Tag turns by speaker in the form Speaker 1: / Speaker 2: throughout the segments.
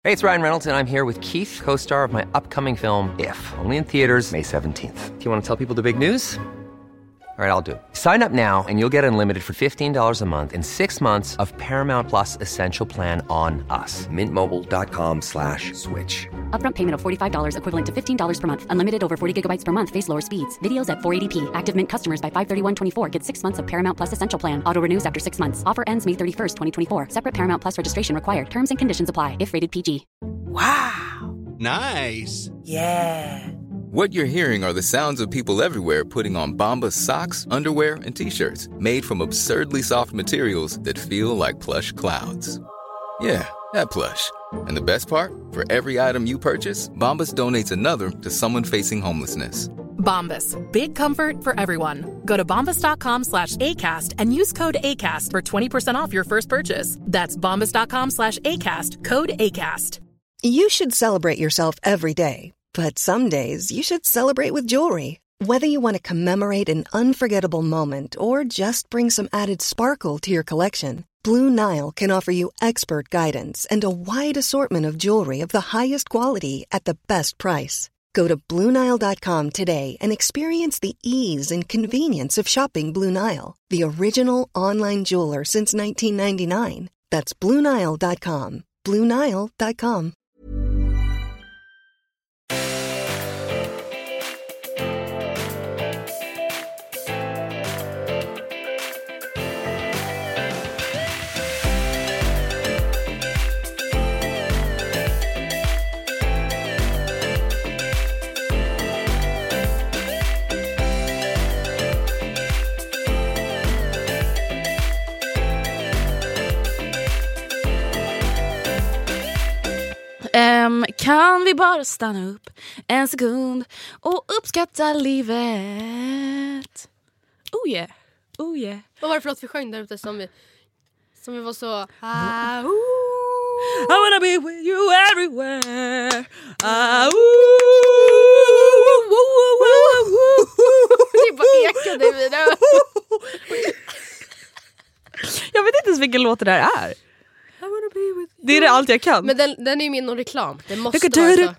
Speaker 1: Hey, it's Ryan Reynolds, and I'm here with Keith, co-star of my upcoming film, If, only in theaters May 17th. Do you want to tell people the big news? All right, I'll do it. Sign up now and you'll get unlimited for $15 a month and 6 months of Paramount Plus Essential Plan on us. MintMobile.com/switch.
Speaker 2: Upfront payment of $45 equivalent to $15 per month. Unlimited over 40 gigabytes per month. Face lower speeds. Videos at 480p. Active Mint customers by 531.24 get 6 months of Paramount Plus Essential Plan. Auto renews after 6 months. Offer ends May 31st, 2024. Separate Paramount Plus registration required. Terms and conditions apply if rated PG.
Speaker 3: Wow.
Speaker 4: Nice.
Speaker 3: Yeah.
Speaker 5: What you're hearing are the sounds of people everywhere putting on Bombas socks, underwear, and T-shirts made from absurdly soft materials that feel like plush clouds. Yeah, that plush. And the best part? For every item you purchase, Bombas donates another to someone facing homelessness.
Speaker 6: Bombas. Big comfort for everyone. Go to bombas.com/ACAST and use code ACAST for 20% off your first purchase. That's bombas.com/ACAST. Code ACAST.
Speaker 7: You should celebrate yourself every day. But some days you should celebrate with jewelry. Whether you want to commemorate an unforgettable moment or just bring some added sparkle to your collection, Blue Nile can offer you expert guidance and a wide assortment of jewelry of the highest quality at the best price. Go to BlueNile.com today and experience the ease and convenience of shopping Blue Nile, the original online jeweler since 1999. That's BlueNile.com. BlueNile.com.
Speaker 8: Kan vi bara stanna upp en sekund och uppskatta livet? Oh yeah, oh yeah.
Speaker 9: Vad var det för låt vi sjöng där ute som vi var så...
Speaker 8: I wanna be with you everywhere.
Speaker 9: Det bara ekade vidare.
Speaker 8: Jag vet inte ens vilken låt det där är. Det är det allt jag kan.
Speaker 9: Men den är ju min reklam. Det måste vara så.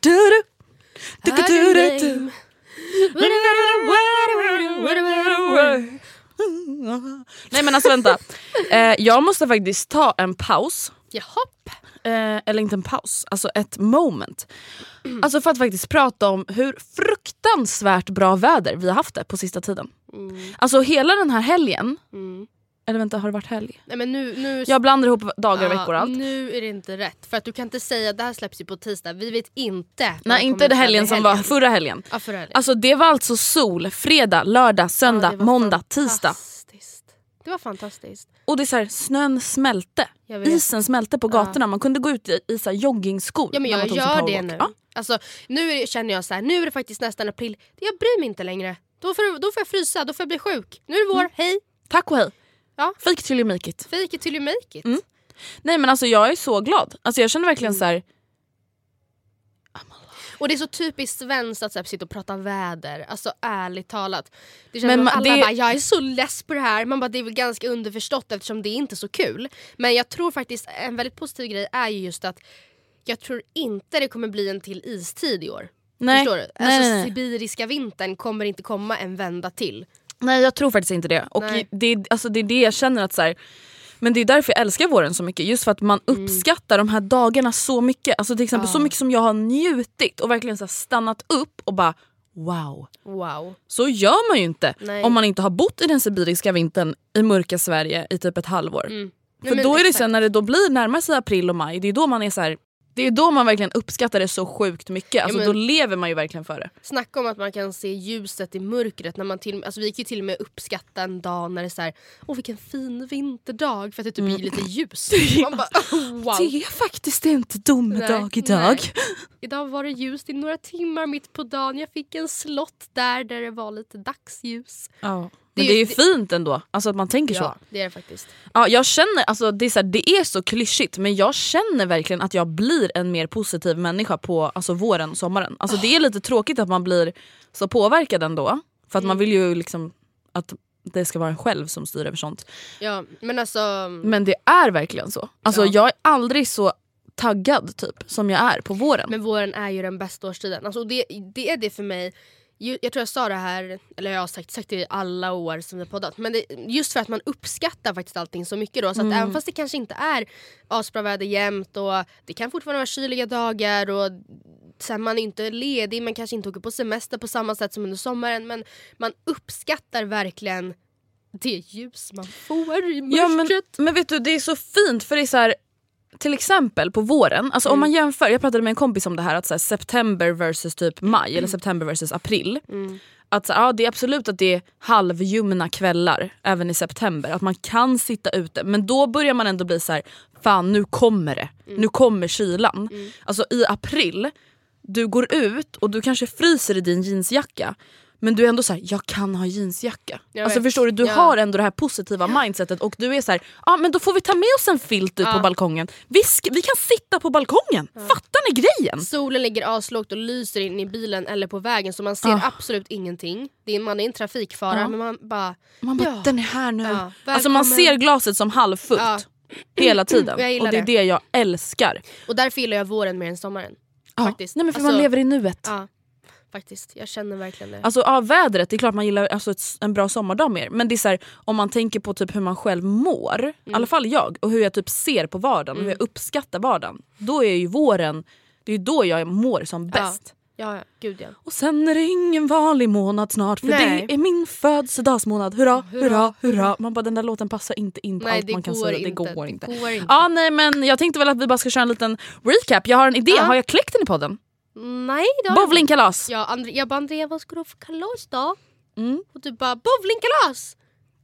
Speaker 8: Nej men alltså vänta. Jag måste faktiskt ta en paus.
Speaker 9: Jahopp.
Speaker 8: Eller inte en paus, alltså ett moment. Alltså för att faktiskt prata om hur fruktansvärt bra väder vi har haft det på sista tiden. Alltså hela den här helgen. Eller vänta, har det varit helg?
Speaker 9: Nej, men nu
Speaker 8: jag blandar ihop dagar och veckor och allt.
Speaker 9: Nu är det inte rätt. För att du kan inte säga att det här släpps ju på tisdag. Vi vet inte.
Speaker 8: Nej, inte det helgen som var förra helgen.
Speaker 9: Ja, förra helgen.
Speaker 8: Alltså det var alltså sol, fredag, lördag, söndag, måndag, tisdag.
Speaker 9: Det var fantastiskt.
Speaker 8: Och det är så här, snön smälte. Isen smälte på gatorna. Man kunde gå ut i så här joggingskor.
Speaker 9: Ja, men jag gör det nu. Ja. Alltså, känner jag så här, nu är det faktiskt nästan april. Jag bryr mig inte längre. Då får jag frysa, då får jag bli sjuk. Nu är det vår, hej.
Speaker 8: Tack och hej.
Speaker 9: Ja.
Speaker 8: Fake it till you make it.
Speaker 9: Fake it till you make it.
Speaker 8: Nej men alltså jag är så glad. Alltså jag känner verkligen så här.
Speaker 9: Och det är så typiskt svenskt att så här, sitta och prata väder. Alltså ärligt talat. Det känns som att alla bara, jag är så less på det här. Man bara, det är väl ganska underförstått eftersom det är inte så kul. Men jag tror faktiskt en väldigt positiv grej är ju just att jag tror inte det kommer bli en till istid i år.
Speaker 8: Nej.
Speaker 9: Förstår du? Nej. Sibiriska vintern kommer inte komma en vända till.
Speaker 8: Nej, jag tror faktiskt inte det. Och det är det jag känner att så här, men det är därför jag älskar våren så mycket. Just för att man uppskattar de här dagarna så mycket. Alltså till exempel så mycket som jag har njutit och verkligen så här stannat upp och bara wow. Så gör man ju inte om man inte har bott i den sibiriska vintern i mörka Sverige i typ ett halvår. För då är det sen när det då blir närmare sig april och maj, det är då man är så här. Det är då man verkligen uppskattar det så sjukt mycket. Alltså då lever man ju verkligen för det.
Speaker 9: Snacka om att man kan se ljuset i mörkret när man alltså vi kan ju till och med uppskatta en dag när det är så här, vilken fin vinterdag för att det typ blir lite ljus. Man bara, wow.
Speaker 8: Det är faktiskt inte domedag idag.
Speaker 9: Nej. Idag var det ljus i några timmar mitt på dagen. Jag fick en slott där det var lite dagsljus.
Speaker 8: Ja. Men det är ju fint ändå, alltså att man tänker så.
Speaker 9: Ja, det är det faktiskt.
Speaker 8: Ja, jag känner, alltså det är så klyschigt, men jag känner verkligen att jag blir en mer positiv människa på alltså våren och sommaren. Alltså det är lite tråkigt att man blir så påverkad ändå, för att man vill ju liksom att det ska vara en själv som styr över sånt.
Speaker 9: Ja, men alltså...
Speaker 8: Men det är verkligen så. Alltså jag är aldrig så taggad typ som jag är på våren.
Speaker 9: Men våren är ju den bästa årstiden. Alltså det är det för mig. Jag tror jag sa det här, eller jag har sagt det i alla år som vi har poddat. Men just för att man uppskattar faktiskt allting så mycket då. Så att även fast det kanske inte är asbra väder jämt och det kan fortfarande vara kyliga dagar och sen man är inte ledig, man kanske inte åker på semester på samma sätt som under sommaren. Men man uppskattar verkligen det ljus man får i mörkret.
Speaker 8: Ja, men vet du, det är så fint för det är så här, till exempel på våren, alltså om man jämför, jag pratade med en kompis om det här, att så här, september versus typ maj eller september versus april. Att så, ja, det är absolut att det är halvljumna kvällar även i september, att man kan sitta ute, men då börjar man ändå bli så här, fan nu kommer det, nu kommer kylan. Alltså i april, du går ut och du kanske fryser i din jeansjacka, men du är ändå så här, jag kan ha jeansjacka. Alltså förstår du har ändå det här positiva mindsetet och du är så här, ja men då får vi ta med oss en filt ut på balkongen. Vi kan sitta på balkongen. Fattar ni grejen?
Speaker 9: Solen ligger aslågt och lyser in i bilen eller på vägen så man ser absolut ingenting. Man är en trafikfara men man bara
Speaker 8: den är här nu. Alltså man ser glaset som halvfullt hela tiden. Och det är det jag älskar.
Speaker 9: Och därför gillar jag våren mer än sommaren. Faktiskt.
Speaker 8: Nej men för man lever i nuet.
Speaker 9: Ja. Faktiskt, jag känner verkligen det.
Speaker 8: Alltså vädret, det är klart man gillar alltså, en bra sommardag mer. Men det är så här, om man tänker på typ hur man själv mår, i alla fall jag, och hur jag typ ser på vardagen och hur jag uppskattar vardagen, då är ju våren, det är ju då jag mår som bäst.
Speaker 9: Ja, gud ja.
Speaker 8: Och sen är det ingen vanlig månad snart, för det är min födelsedagsmånad. Hurra, hurra, hurra. Man bara, den där låten passar inte in på allt man kan säga. Det går inte. Ja, nej, men jag tänkte väl att vi bara ska köra en liten recap. Jag har en idé, har jag kläckt den i podden?
Speaker 9: Nej,
Speaker 8: bowlingkalas.
Speaker 9: Ja, jag bara, Andrea, vad ska du för kalas då? Och du bara, bowlingkalas.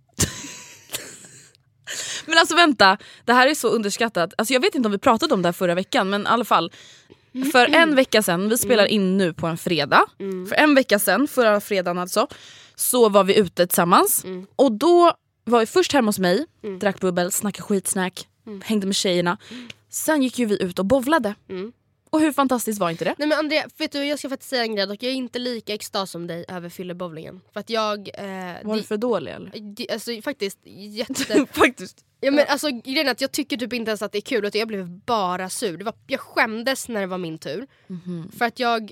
Speaker 8: Men alltså vänta, det här är så underskattat. Alltså jag vet inte om vi pratade om det här förra veckan, men i alla fall för en vecka sedan, vi spelar in nu på en fredag. För en vecka sedan, förra fredagen alltså, så var vi ute tillsammans. Och då var vi först hemma hos mig, drack bubbel, snackade skitsnack, hängde med tjejerna. Sen gick ju vi ut och bowlade. Och hur fantastiskt var inte det?
Speaker 9: Nej men Andrea, vet du, jag ska faktiskt säga en grej. Jag är inte lika extas som dig över fyllebowlingen. För att jag...
Speaker 8: var du för dålig eller?
Speaker 9: Alltså faktiskt
Speaker 8: faktiskt.
Speaker 9: Ja, men alltså grejen är att jag tycker typ inte ens att det är kul, utan jag blev bara sur. Jag skämdes när det var min tur. För att jag...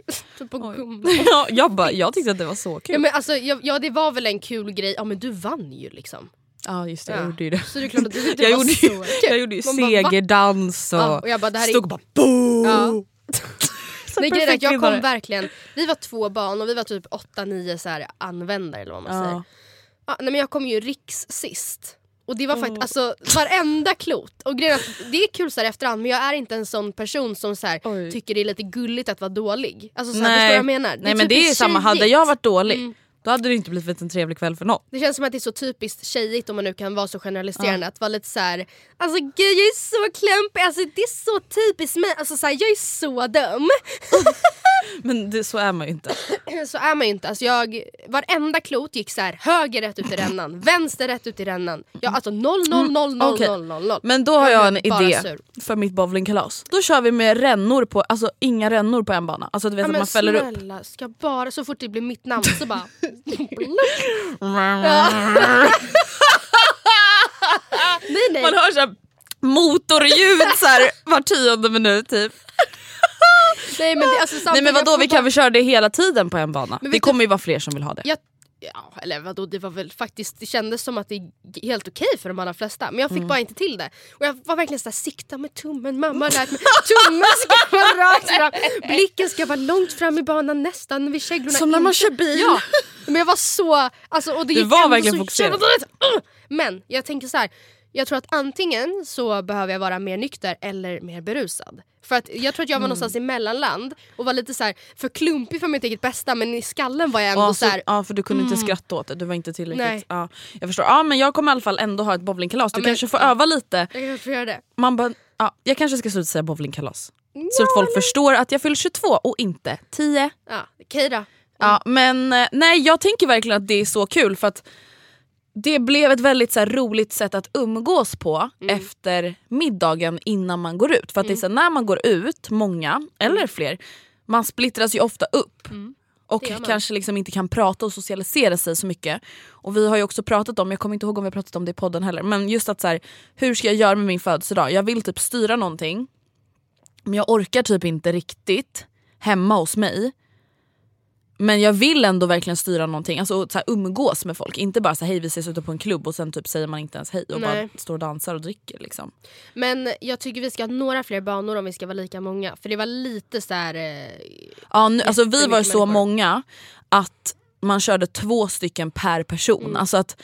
Speaker 8: jag tyckte att det var så kul.
Speaker 9: Ja, men alltså, det var väl en kul grej. Ja men du vann ju liksom.
Speaker 8: Ja just det, jag gjorde ju det.
Speaker 9: Så det är klart att det var så kul.
Speaker 8: Jag gjorde ju segerdans och
Speaker 9: jag bara, det här
Speaker 8: stod bara boom!
Speaker 9: Nej, grejen, jag kom verkligen. Vi var 2 barn och vi var typ 8-9 så här användare eller vad man säger. Nej, men jag kom ju riks sist. Och det var faktiskt alltså varenda klot. Och grejen, det är kul så här efterhand, men jag är inte en sån person som så här tycker det är lite gulligt att vara dålig. Alltså så här, förstår vad jag menar?
Speaker 8: Nej men det är samma, hade jag varit dålig då hade det inte blivit en trevlig kväll för någon.
Speaker 9: Det känns som att det är så typiskt tjejigt, om man nu kan vara så generaliserande, att vara lite så här, alltså gud jag är så klämpig, alltså det är så typiskt mig, alltså så här, jag är så dum.
Speaker 8: Men så är man ju inte.
Speaker 9: Så är man ju inte. Alltså varenda klot gick så här, höger rätt ut i rännan, vänster rätt ut i rännan. Ja, alltså 0.
Speaker 8: Men då har jag en idé för mitt bowlingkalas. Då kör vi med rännor på, alltså inga rännor på en bana. Alltså du vet att man fäller upp.
Speaker 9: Snälla, ska bara så fort det blir mitt namn så bara nej.
Speaker 8: Man hör så här motorljud så här var 10:e minut typ.
Speaker 9: Nej men,
Speaker 8: nej men vadå, vi kan väl köra det hela tiden på en bana. Det kommer ju vara fler som vill ha det.
Speaker 9: Ja, eller vadå, det var väl faktiskt, det kändes som att det är helt okej för de allra flesta. Men jag fick bara inte till det. Och jag var verkligen såhär, sikta med tummen. Mamma har lärt mig, tummen ska vara rakt fram, blicken ska vara långt fram i banan, nästan vid käglorna.
Speaker 8: Som när man kör bil.
Speaker 9: Ja, men jag var så, alltså, och det
Speaker 8: var verkligen fokuserad.
Speaker 9: Men jag tänker så här, jag tror att antingen så behöver jag vara mer nykter eller mer berusad. För att jag tror att jag var någonstans i mellanland och var lite så här för klumpig för mitt eget bästa, men i skallen var jag ändå så här.
Speaker 8: Ja, för du kunde inte skratta åt det, du var inte tillräckligt. Nej. Ja, jag förstår. Ja, men jag kommer i alla fall ändå ha ett bowlingkalas. Du kanske får öva lite.
Speaker 9: Jag kanske får göra det.
Speaker 8: Man bara, jag kanske ska sluta säga bowlingkalas. Så att folk förstår att jag fyller 22 och inte 10.
Speaker 9: Ja, okej då.
Speaker 8: Ja, men nej, jag tänker verkligen att det är så kul för att det blev ett väldigt så här, roligt sätt att umgås på efter middagen innan man går ut. För att det är så här, när man går ut, många eller fler, man splittras ju ofta upp. Och kanske liksom inte kan prata och socialisera sig så mycket. Och vi har ju också pratat om, jag kommer inte ihåg om vi har pratat om det i podden heller, men just att så här, hur ska jag göra med min födelsedag? Jag vill typ styra någonting. Men jag orkar typ inte riktigt hemma hos mig. Men jag vill ändå verkligen styra någonting. Alltså så här, umgås med folk. Inte bara så här, hej vi ses ute på en klubb och sen typ säger man inte ens hej och bara står och dansar och dricker liksom.
Speaker 9: Men jag tycker vi ska ha några fler banor om vi ska vara lika många. För det var lite så här...
Speaker 8: alltså vi var så många att man körde 2 stycken per person. Alltså att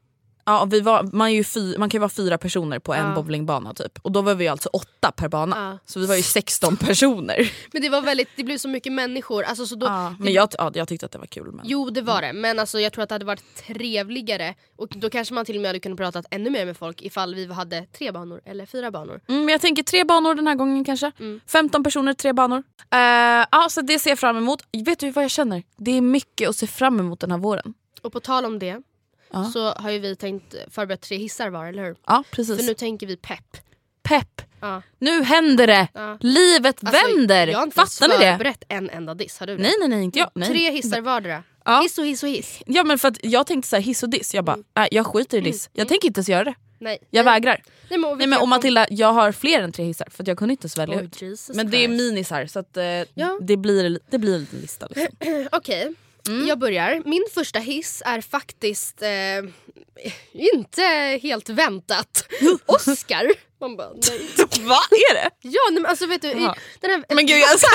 Speaker 8: man kan ju vara 4 personer på en bowlingbana typ. Och då var vi alltså 8 per bana. Så vi var ju 16 personer.
Speaker 9: Men det blev så mycket människor. Alltså, så då,
Speaker 8: men jag tyckte att det var kul. Men...
Speaker 9: Jo det var det. Men alltså, jag tror att det hade varit trevligare. Och då kanske man till och med hade kunnat prata ännu mer med folk ifall vi hade 3 banor eller 4 banor.
Speaker 8: Men jag tänker 3 banor den här gången kanske. 15 personer, 3 banor. Så det ser jag fram emot. Vet du vad jag känner? Det är mycket att se fram emot den här våren.
Speaker 9: Och på tal om det så har ju vi tänkt förberett 3 hissar var, eller hur?
Speaker 8: Ja, precis.
Speaker 9: För nu tänker vi pepp.
Speaker 8: Nu händer det. Livet vänder.
Speaker 9: Jag har inte förberett en enda diss, har du det?
Speaker 8: Nej, inte jag. Nej.
Speaker 9: 3 hissar vardera. Hiss och hiss och hiss.
Speaker 8: Ja, men för att jag tänkte så här, hiss och diss. Jag bara, jag skiter i diss. Jag tänker inte ens göra det.
Speaker 9: Nej.
Speaker 8: Jag vägrar.
Speaker 9: Nej, men
Speaker 8: och Matilda, jag har fler än 3 hissar för att jag kunde inte svälja ut.
Speaker 9: Jesus
Speaker 8: men det är minisar så att det blir en liten lista liksom.
Speaker 9: Okej. Jag börjar. Min första hiss är faktiskt inte helt väntat. Oscar. Man bara, nej.
Speaker 8: Vad är det?
Speaker 9: Ja, men alltså vet du den här...
Speaker 8: Men gud, jag ska...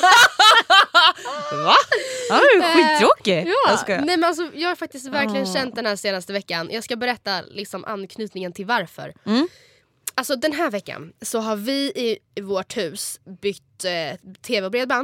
Speaker 8: Va? Ja, det är skittråkigt.
Speaker 9: Nej, men alltså, jag har faktiskt verkligen känt den här senaste veckan. Jag ska berätta liksom anknytningen till varför. Alltså den här veckan så har vi i vårt hus bytt tv och bredband.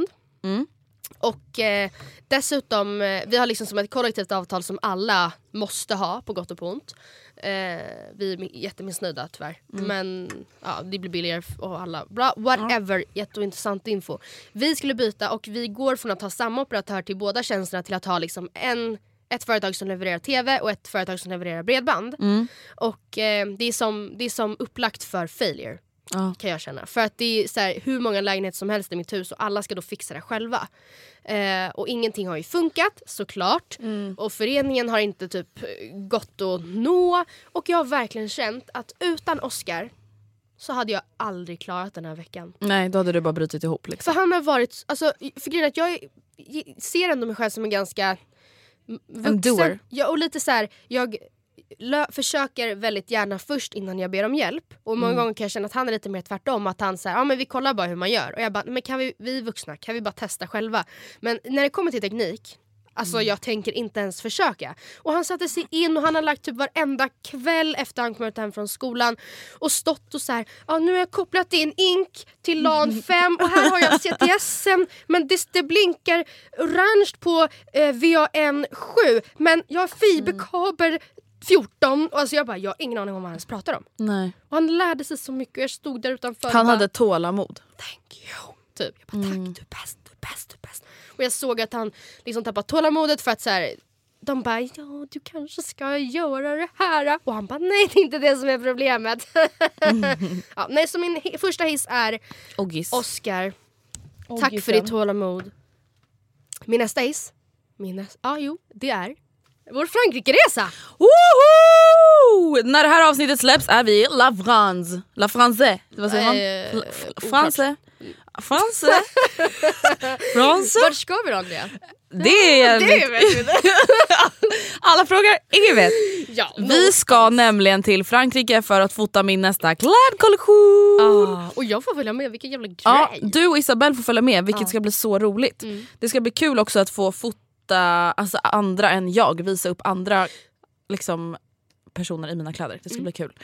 Speaker 9: Och dessutom, vi har liksom som ett kollektivt avtal som alla måste ha på gott och på ont. Vi är jättemissnöjda tyvärr. Men det blir billigare och alla. Bra, whatever, jätteintressant info. Vi skulle byta och vi går från att ha samma operatör till båda tjänsterna till att ha liksom ett företag som levererar tv och ett företag som levererar bredband. Och det är som upplagt för failure. Kan jag känna. För att det är så här, hur många lägenheter som helst i mitt hus och alla ska då fixa det själva. Och ingenting har ju funkat, såklart. Och föreningen har inte typ gått att nå. Och jag har verkligen känt att utan Oscar så hade jag aldrig klarat den här veckan.
Speaker 8: Nej, då hade du bara brutit ihop liksom.
Speaker 9: För han har varit, alltså, för grejen att jag ser ändå mig själv som en ganska vuxen. Ja, och lite så här, jag försöker väldigt gärna först innan jag ber om hjälp. Och många gånger kan jag känna att han är lite mer tvärtom. Att han säger, men vi kollar bara hur man gör. Och jag bara, men kan vi vuxna, kan vi bara testa själva? Men när det kommer till teknik, alltså jag tänker inte ens försöka. Och han satte sig in och han har lagt typ varenda kväll efter han kommit hem från skolan och stått och så här, nu har jag kopplat in Ink till LAN 5 och här har jag CTSen, men det blinkar orange på VAN 7, men jag har fiberkabel 14, och alltså jag har ingen aning om vad han ens pratar om.
Speaker 8: Nej.
Speaker 9: Och han lärde sig så mycket och jag stod där utanför.
Speaker 8: Han hade tålamod.
Speaker 9: Thank you. Typ. Jag bara, tack, du är bäst. Och jag såg att han liksom tappade tålamodet för att så här, de bara, du kanske ska göra det här. Och han bara, nej, det är inte det som är problemet. Nej, så min första hiss är Oscar. Tack för ditt tålamod. Min nästa hiss, det är vår Frankrike-resa.
Speaker 8: Woho! När det här avsnittet släpps är vi La France. Vad säger man? France.
Speaker 9: Vart ska vi då, Andrea?
Speaker 8: Det vet alla frågar, ingen vet. Vi ska nämligen till Frankrike för att fota min nästa klädkollektion.
Speaker 9: Och jag får följa med, vilken jävla grej.
Speaker 8: Du och Isabelle får följa med, vilket ska bli så roligt. Det ska bli kul också att få fota alltså andra än jag, visa upp andra liksom personer i mina kläder. Det ska bli kul.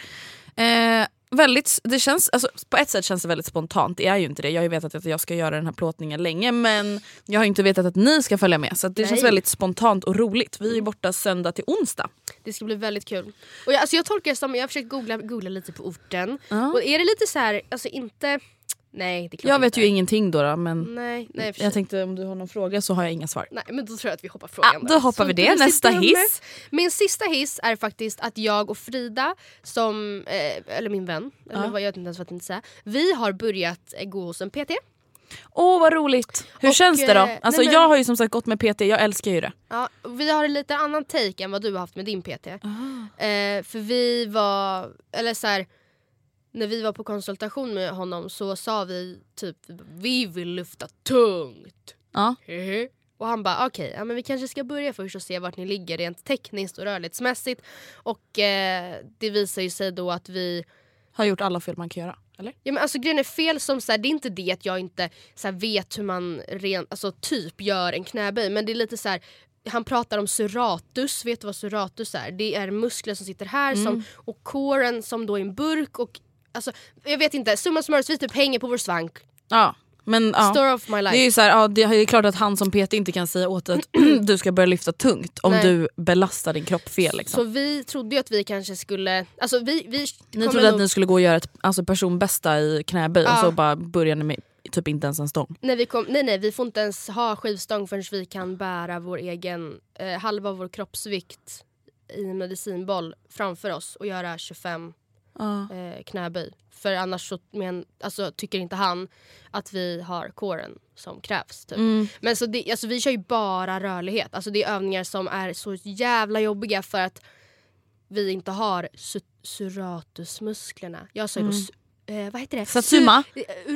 Speaker 8: Det känns, alltså, på ett sätt känns det väldigt spontant. Det är ju inte det. Jag har ju vetat att jag ska göra den här plåtningen länge, men jag har ju inte vetat att ni ska följa med. Så det känns väldigt spontant och roligt. Vi är borta söndag till onsdag. Det ska bli väldigt kul. Och jag tolkar det som, jag har försökt googla lite på orten. Och är det lite så här, alltså inte... Nej, det är klart jag vet ju ingenting då, men nej, jag tänkte om du har någon fråga så har jag inga svar. Nej, men då tror jag att vi hoppar frågan. Då hoppar vi det. Nästa hiss. Min sista hiss är faktiskt att jag och Frida, som eller min vän, eller vad jag vet inte ens vad jag inte säga, vi har börjat gå hos en PT. Vad roligt. Hur känns det då? Alltså jag har ju som sagt gått med PT, jag älskar ju det. Ja, vi har en lite annan take än vad du har haft med din PT. För vi var, eller så här,
Speaker 9: när vi var på konsultation med honom så sa vi typ vi vill lyfta tungt.
Speaker 8: Ja.
Speaker 9: Och han bara okej, ja, men vi kanske ska börja först och se vart ni ligger rent tekniskt och rörlighetsmässigt. Och det visar ju sig då att vi
Speaker 8: har gjort alla fel man kan göra, eller?
Speaker 9: Ja, men alltså grejen är fel som så här, det är inte det att jag inte så här, vet hur man alltså typ gör en knäböj, men det är lite så här. Han pratar om serratus, vet du vad serratus är? Det är muskler som sitter här och coren som då är en burk och alltså, jag vet inte, summa summarum vi typ hänger på vår svank.
Speaker 8: Ja. Men
Speaker 9: Story of my life.
Speaker 8: Det är ju så här, det är klart att han som PT inte kan säga åt att du ska börja lyfta tungt om du belastar din kropp fel liksom.
Speaker 9: Så vi trodde ju att vi kanske skulle alltså ni
Speaker 8: trodde att ni skulle gå och göra ett personbästa i knäböj och så bara började med typ inte ens en stång.
Speaker 9: Nej, vi får inte ens ha skivstång förrän vi kan bära vår egen halva av vår kroppsvikt i en medicinboll framför oss och göra 25 knäböj. För annars så, tycker inte han att vi har coren som krävs. Typ. Men så alltså, vi kör ju bara rörlighet. Alltså, det är övningar som är så jävla jobbiga för att vi inte har serratusmusklerna. Jag sa ju då, vad heter det?
Speaker 8: Satsuma?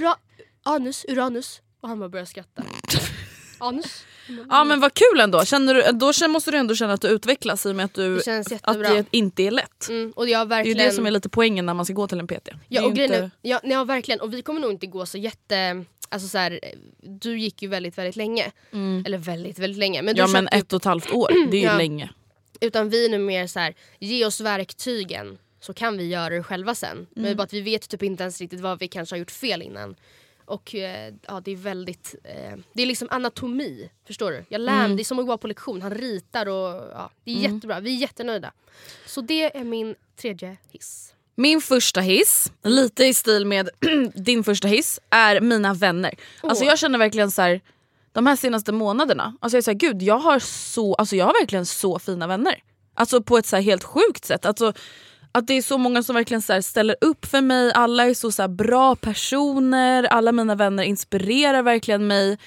Speaker 9: Uranus. Och han bara började skratta. Anus.
Speaker 8: Ja men vad kul ändå. Då måste du ändå känna att du utvecklas i och med att det inte är lätt.
Speaker 9: Och jag verkligen...
Speaker 8: Det är det som är lite poängen när man ska gå till en PT.
Speaker 9: Ja, verkligen. Och vi kommer nog inte gå så alltså så här, du gick ju väldigt, väldigt länge. Eller väldigt, väldigt länge. Men
Speaker 8: du men 1,5 år, det är ju länge.
Speaker 9: Utan vi är nu mer så här, ge oss verktygen så kan vi göra det själva sen. Men bara att vi vet typ inte ens riktigt vad vi kanske har gjort fel innan. Och ja, det är väldigt det är liksom anatomi, förstår du? Jag lär det är som att gå på lektion. Han ritar och ja, det är jättebra. Vi är jättenöjda. Så det är min 3:e hiss.
Speaker 8: Min första hiss, lite i stil med din första hiss, är mina vänner. Alltså jag känner verkligen så här, de här senaste månaderna, alltså jag säger gud, jag har verkligen så fina vänner. Alltså på ett så här helt sjukt sätt. Alltså att det är så många som verkligen så här ställer upp för mig. Alla är så här bra personer. Alla mina vänner inspirerar verkligen mig.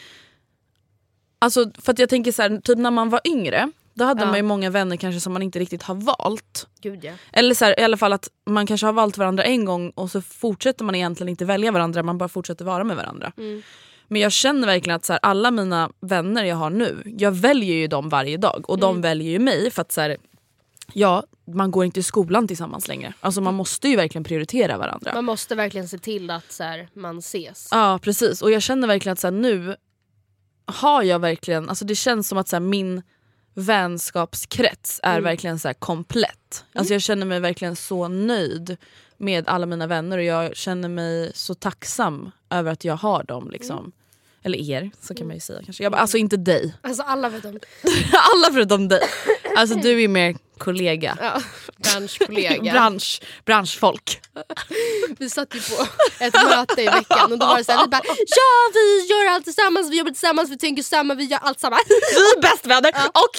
Speaker 8: Alltså för att jag tänker så här, typ när man var yngre, då hade man ju många vänner kanske som man inte riktigt har valt.
Speaker 9: Gud, ja.
Speaker 8: Eller så här, i alla fall att man kanske har valt varandra en gång och så fortsätter man egentligen inte välja varandra. Man bara fortsätter vara med varandra. Men jag känner verkligen att så här, alla mina vänner jag har nu, jag väljer ju dem varje dag. Och de väljer ju mig för att så här, ja, man går inte i skolan tillsammans längre. Alltså man måste ju verkligen prioritera varandra.
Speaker 9: Man måste verkligen se till att så här, man ses.
Speaker 8: Ja, precis. Och jag känner verkligen att så här, nu har jag verkligen, alltså det känns som att så här, min vänskapskrets är verkligen så här komplett. Alltså jag känner mig verkligen så nöjd med alla mina vänner och jag känner mig så tacksam över att jag har dem liksom. Eller er, så kan man ju säga kanske. Alltså inte dig.
Speaker 9: Alltså alla förutom
Speaker 8: alla förutom dig. Alltså du är mer kollega.
Speaker 9: Ja, branschkollega.
Speaker 8: Branschfolk.
Speaker 9: Vi satt ju på ett möte i veckan och då var det så här, vi bara, ja vi gör allt tillsammans, vi jobbar tillsammans, vi tänker samma, vi gör allt tillsammans.
Speaker 8: Vi är bästvänner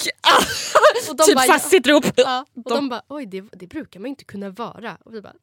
Speaker 8: och de typ bara, fast sitter ihop.
Speaker 9: Ja, och de bara, oj det brukar man inte kunna vara. Och vi bara...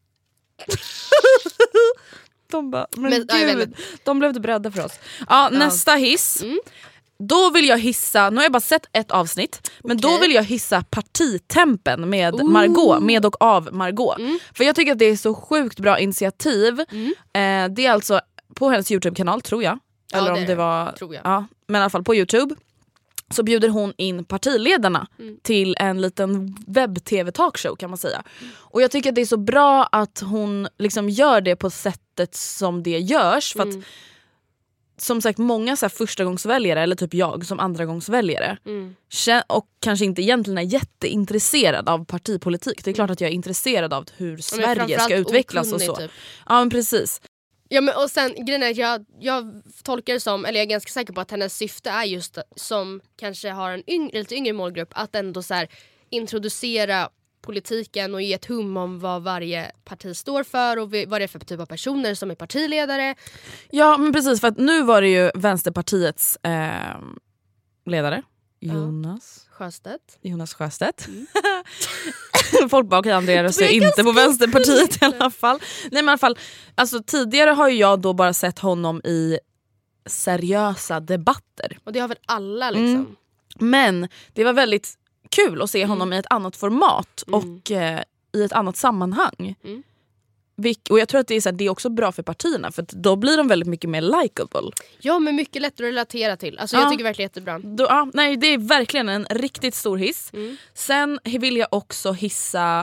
Speaker 8: De bara, men gud, de blev inte beredda för oss. Ja, nästa hiss. Då vill jag hissa, nu har jag bara sett ett avsnitt, men då vill jag hissa Partitempen med Margot, med och av Margot. För jag tycker att det är så sjukt bra initiativ. Det är alltså på hennes YouTube-kanal, tror jag. Eller om det var,
Speaker 9: tror jag.
Speaker 8: Ja, men i alla fall på YouTube. Så bjuder hon in partiledarna till en liten webb-tv-talkshow kan man säga. Och jag tycker att det är så bra att hon liksom gör det på sättet som det görs. För att som sagt många så här förstagångsväljare eller typ jag som andragångsväljare och kanske inte egentligen är jätteintresserad av partipolitik. Det är klart att jag är intresserad av hur Sverige ska utvecklas och så. Typ. Ja men precis.
Speaker 9: Ja, men och sen grejen är att jag tolkar det som, eller jag är ganska säker på att hennes syfte är just som kanske har en lite yngre målgrupp, att ändå så här introducera politiken och ge ett hum om vad varje parti står för och vad det är för typ av personer som är partiledare. Ja
Speaker 8: men precis, för att nu var det ju Vänsterpartiets ledare Jonas Sjöstedt. Folk bara okej, Andrea röstar inte på Vänsterpartiet i alla fall. Nej men i alla fall, alltså tidigare har ju jag då bara sett honom i seriösa debatter.
Speaker 9: Och det har väl alla liksom.
Speaker 8: Men det var väldigt kul att se honom i ett annat format och i ett annat sammanhang. Och jag tror att det är, så här, det är också bra för partierna, för att då blir de väldigt mycket mer likeable.
Speaker 9: Ja, men mycket lättare att relatera till. Alltså jag tycker verkligen jättebra.
Speaker 8: Nej, det är verkligen en riktigt stor hiss. Sen vill jag också hissa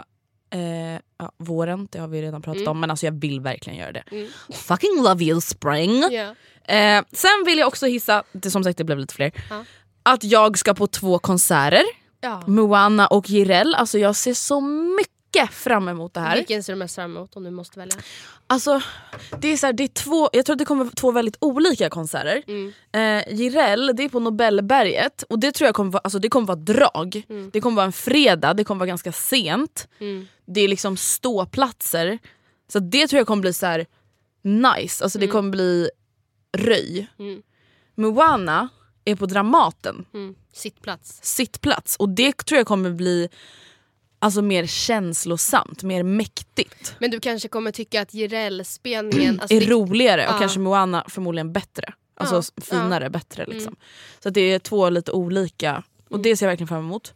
Speaker 8: våren, det har vi redan pratat om, men alltså jag vill verkligen göra det. Fucking love you spring. Sen vill jag också hissa, det, som sagt det blev lite fler, att jag ska på 2 konserter. Moana och Jireel. Alltså jag ser så mycket fram emot det här.
Speaker 9: Vilken ser du mest fram emot om du måste välja?
Speaker 8: Alltså det är så här, det är 2, jag tror att det kommer 2 väldigt olika konserter. Jireel, det är på Nobelberget, och det tror jag kommer vara, alltså det kommer vara drag. Det kommer vara en fredag, det kommer vara ganska sent. Det är liksom ståplatser. Så det tror jag kommer bli så här nice. Alltså det kommer bli röj. Moana är på Dramaten. Sittplats. Och det tror jag kommer bli alltså mer känslosamt, mer mäktigt.
Speaker 9: Men du kanske kommer tycka att Jireel-spelningen alltså
Speaker 8: är roligare och kanske Moana förmodligen bättre. Alltså finare, bättre liksom. Så att det är 2 lite olika. Och det ser jag verkligen fram emot.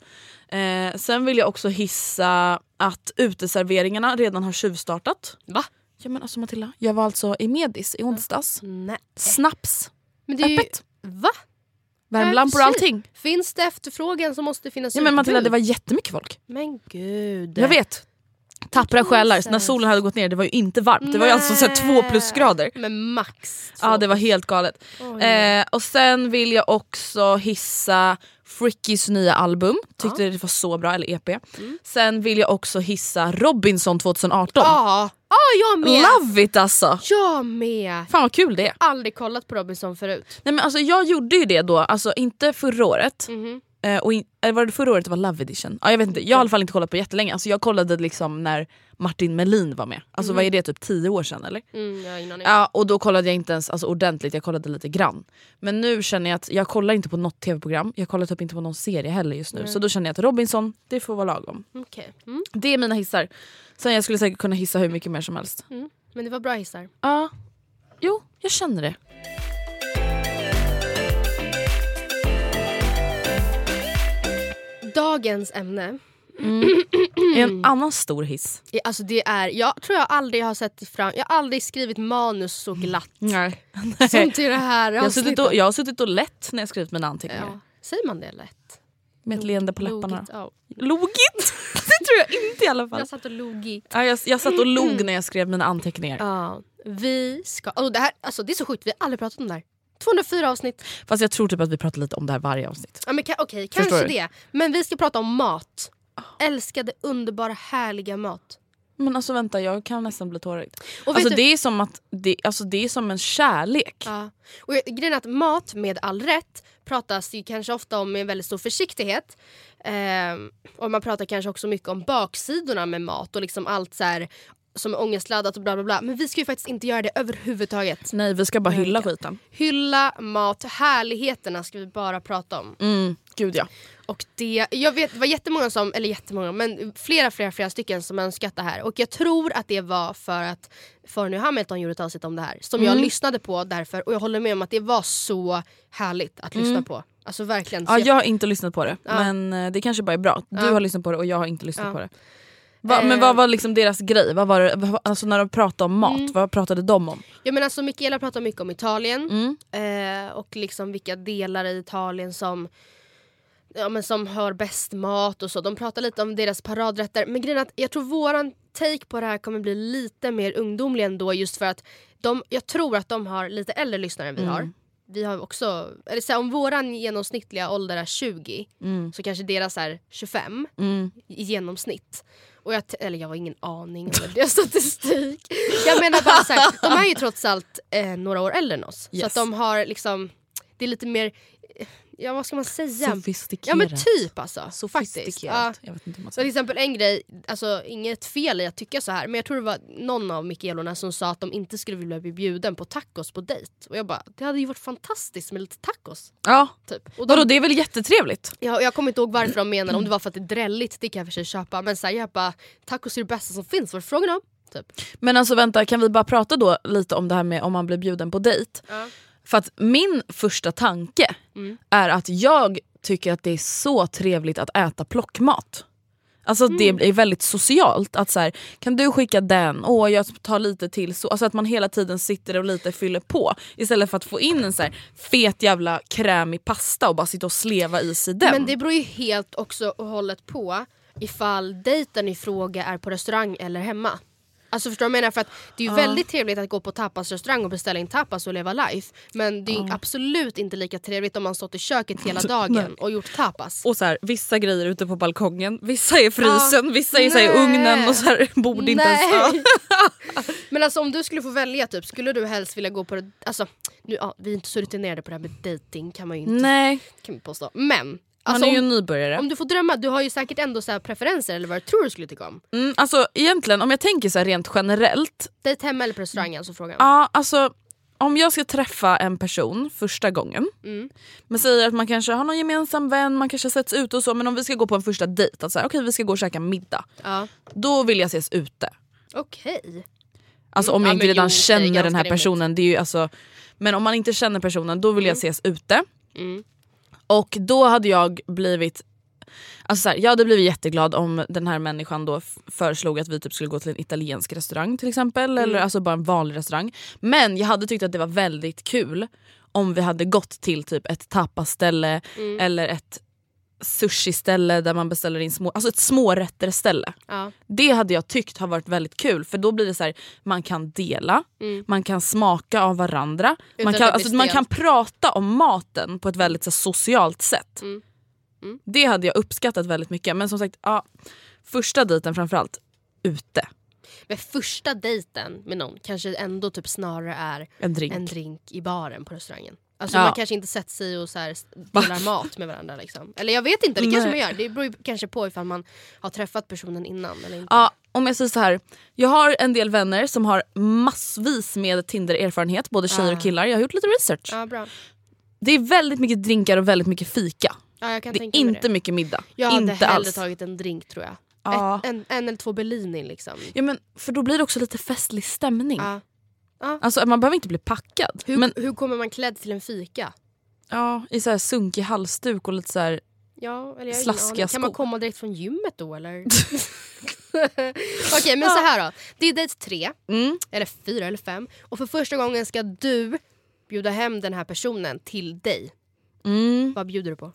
Speaker 8: Sen vill jag också hissa att uteserveringarna redan har tjuvstartat.
Speaker 9: Va?
Speaker 8: Ja men alltså Matilda, jag var alltså i Medis i onsdags.
Speaker 9: Nej.
Speaker 8: Snaps.
Speaker 9: Men det är
Speaker 8: öppet.
Speaker 9: Va?
Speaker 8: Värmlampor och allting.
Speaker 9: Finns det efterfrågan så måste det finnas.
Speaker 8: Ja men Matilda, det var jättemycket folk.
Speaker 9: Men gud.
Speaker 8: Jag vet. Tappra själar. När solen hade gått ner, det var ju inte varmt. Det var ju alltså så här 2 plusgrader.
Speaker 9: Men max 2.
Speaker 8: Ja, det var helt galet. Och sen vill jag också hissa Frickys nya album. Tyckte det var så bra, eller EP. Sen vill jag också hissa Robinson 2018.
Speaker 9: Jag med.
Speaker 8: Love it alltså.
Speaker 9: Jag med.
Speaker 8: Fan vad kul det är.
Speaker 9: Jag har aldrig kollat på Robinson förut.
Speaker 8: Nej men alltså jag gjorde ju det då, alltså inte förra året. Eller var det förra året det var Love Edition? Ja, jag vet inte, jag har i alla fall inte kollat på jättelänge. Alltså jag kollade liksom när Martin Melin var med. Alltså vad är det, typ 10 år sedan eller? Ja, och då kollade jag inte ens alltså, ordentligt, jag kollade lite grann. Men nu känner jag att jag kollar inte på något tv-program. Jag kollar typ inte på någon serie heller just nu. Så då känner jag att Robinson, det får vara lagom. Det är mina hissar. Sen jag skulle säkert kunna hissa hur mycket mer som helst.
Speaker 9: Men det var bra hissar.
Speaker 8: Ja, jo, jag känner det.
Speaker 9: Dagens ämne
Speaker 8: En annan stor hiss.
Speaker 9: Alltså det är, jag tror jag aldrig har sett fram. Jag har aldrig skrivit manus så glatt.
Speaker 8: Nej.
Speaker 9: Som till det här.
Speaker 8: Jag har suttit och lätt när jag skrivit mina anteckningar.
Speaker 9: Ja. Säger man det lätt?
Speaker 8: Med ett leende på läpparna.
Speaker 9: Logit?
Speaker 8: Logit? Det tror jag inte i alla fall.
Speaker 9: Jag satt och logit.
Speaker 8: Ja, jag satt och log när jag skrev mina anteckningar.
Speaker 9: Ja, vi ska... det här, alltså det är så sjukt, vi har aldrig pratat om det här. 204 avsnitt.
Speaker 8: Fast jag tror typ att vi pratar lite om det här varje avsnitt.
Speaker 9: Ja, men okej, kanske det. Men vi ska prata om mat. Älskade, underbara, härliga mat.
Speaker 8: Men alltså vänta, jag kan nästan bli tårögd. Alltså det är som att det är som en kärlek.
Speaker 9: Ja. Och grejen är att mat med all rätt pratas ju kanske ofta om med väldigt stor försiktighet. Och man pratar kanske också mycket om baksidorna med mat och liksom allt så här som är ångestladdat och bla bla bla. Men vi ska ju faktiskt inte göra det överhuvudtaget.
Speaker 8: Nej, vi ska bara hylla skiten.
Speaker 9: Hylla mat, härligheterna ska vi bara prata om.
Speaker 8: Gud ja.
Speaker 9: Och jag vet, det var jättemånga som, eller jättemånga, men flera stycken som önskat det här. Och jag tror att det var för att Forny Hamilton gjorde ett avsnitt om det här. Som jag lyssnade på därför. Och jag håller med om att det var så härligt att lyssna på. Alltså verkligen.
Speaker 8: Ja, jag har inte lyssnat på det. Ja. Men det kanske bara är bra. Du har lyssnat på det och jag har inte lyssnat på det. Men vad var liksom deras grej? Vad var det, alltså när de pratade om mat, vad pratade de om?
Speaker 9: Ja, men alltså Mikaela pratade mycket om Italien. Och liksom vilka delar i Italien som har bäst mat och så. De pratar lite om deras paradrätter. Men grejen är att jag tror våran take på det här kommer bli lite mer ungdomlig ändå. Just för att jag tror att de har lite äldre lyssnare än vi har. Vi har också, eller så här, om våran genomsnittliga ålder är 20 så kanske deras är 25 i genomsnitt. Och jag har ingen aning om deras statistik. Jag menar bara så här, de är ju trots allt några år äldre än oss. Yes. Så att de har liksom, det är lite mer, ja vad ska man säga?
Speaker 8: Sofistikerat.
Speaker 9: Ja men typ alltså.
Speaker 8: Sofistikerat.
Speaker 9: Ja.
Speaker 8: Jag vet inte vad man
Speaker 9: så till exempel en grej, alltså inget fel i att tycka så här. Men jag tror det var någon av Mikaelorna som sa att de inte skulle vilja bli bjuden på tacos på dejt. Och jag bara, det hade ju varit fantastiskt med lite tacos.
Speaker 8: Ja,
Speaker 9: typ. Och
Speaker 8: det är väl jättetrevligt.
Speaker 9: Ja, jag kommer inte ihåg varför de menade, om det var för att det är drälligt, det kan jag för sig köpa. Men så här, jag bara, tacos är det bästa som finns, vad frågan om? Typ.
Speaker 8: Men alltså vänta, kan vi bara prata då lite om det här med om man blir bjuden på dejt? Ja. För att min första tanke är att jag tycker att det är så trevligt att äta plockmat. Alltså det är väldigt socialt att så här, kan du skicka den? Jag tar lite till så. Alltså att man hela tiden sitter och lite fyller på. Istället för att få in en så här fet jävla krämig pasta och bara sitta och sleva i sig den.
Speaker 9: Men det beror ju helt också och hållet på ifall dejten i fråga är på restaurang eller hemma. Alltså förstår du vad jag menar? För att det är ju väldigt trevligt att gå på tapasrestaurang och beställa in tapas och leva life. Men det är absolut inte lika trevligt om man stått i köket hela dagen och gjort tapas.
Speaker 8: Och så här, vissa grejer ute på balkongen, vissa är frysen, vissa är så här, i ugnen och så här, borde inte ens.
Speaker 9: Men alltså om du skulle få välja typ, skulle du helst vilja gå på det, alltså nu, vi är inte så rutinerade på det här med dating kan man ju inte.
Speaker 8: Nej.
Speaker 9: Kan vi påstå. Men
Speaker 8: alltså, man är ju en nybörjare.
Speaker 9: Om du får drömma, du har ju säkert ändå så här preferenser eller vad du tror du skulle tycka om.
Speaker 8: Alltså egentligen, om jag tänker så här rent generellt.
Speaker 9: Dejt hemma eller på restaurang alltså frågan.
Speaker 8: Ja, alltså om jag ska träffa en person första gången. Man säger att man kanske har någon gemensam vän, man kanske sätts ut och så. Men om vi ska gå på en första dejt, alltså, okej, vi ska gå och käka middag. Då vill jag ses ute.
Speaker 9: Okej.
Speaker 8: Alltså om jag inte redan känner den här personen, det är ju alltså, men om man inte känner personen, då vill jag ses ute. Och då hade jag blivit, alltså så här, jag hade blivit jätteglad om den här människan då föreslog att vi typ skulle gå till en italiensk restaurang till exempel, eller alltså bara en vanlig restaurang. Men jag hade tyckt att det var väldigt kul om vi hade gått till typ ett tapaställe eller ett sushi-ställe där man beställer in alltså ett smårätterställe. Det hade jag tyckt har varit väldigt kul, för då blir det så här, man kan dela, man kan smaka av varandra, man kan prata om maten på ett väldigt så socialt sätt. Det hade jag uppskattat väldigt mycket. Men som sagt, första dejten framförallt ute.
Speaker 9: Men första dejten med någon kanske ändå typ snarare är en drink i baren på restaurangen. Alltså man kanske inte sätter sig och så här delar mat med varandra liksom. Eller jag vet inte, det kanske man gör. Det beror kanske på ifall man har träffat personen innan eller inte.
Speaker 8: Ja, om jag säger så här, jag har en del vänner som har massvis med Tinder-erfarenhet, både tjejer och killar. Jag har gjort lite research.
Speaker 9: Ja, bra.
Speaker 8: Det är väldigt mycket drinkar och väldigt mycket fika.
Speaker 9: Ja, jag kan
Speaker 8: det
Speaker 9: tänka
Speaker 8: är
Speaker 9: mig
Speaker 8: inte
Speaker 9: det.
Speaker 8: Mycket middag.
Speaker 9: Jag hade
Speaker 8: inte
Speaker 9: hellre
Speaker 8: alls
Speaker 9: tagit en drink tror jag. En eller 2 Bellini liksom.
Speaker 8: Ja, men för då blir det också lite festlig stämning.
Speaker 9: Ja.
Speaker 8: Alltså man behöver inte bli packad.
Speaker 9: Hur kommer man klädd till en fika?
Speaker 8: Ja, i så här sunkig halsduk och lite så här
Speaker 9: eller
Speaker 8: slaskiga skor.
Speaker 9: Kan man komma direkt från gymmet då eller? Okej, men så här då. Det är dejt 3 eller 4 eller 5 och för första gången ska du bjuda hem den här personen till dig. Vad bjuder du på?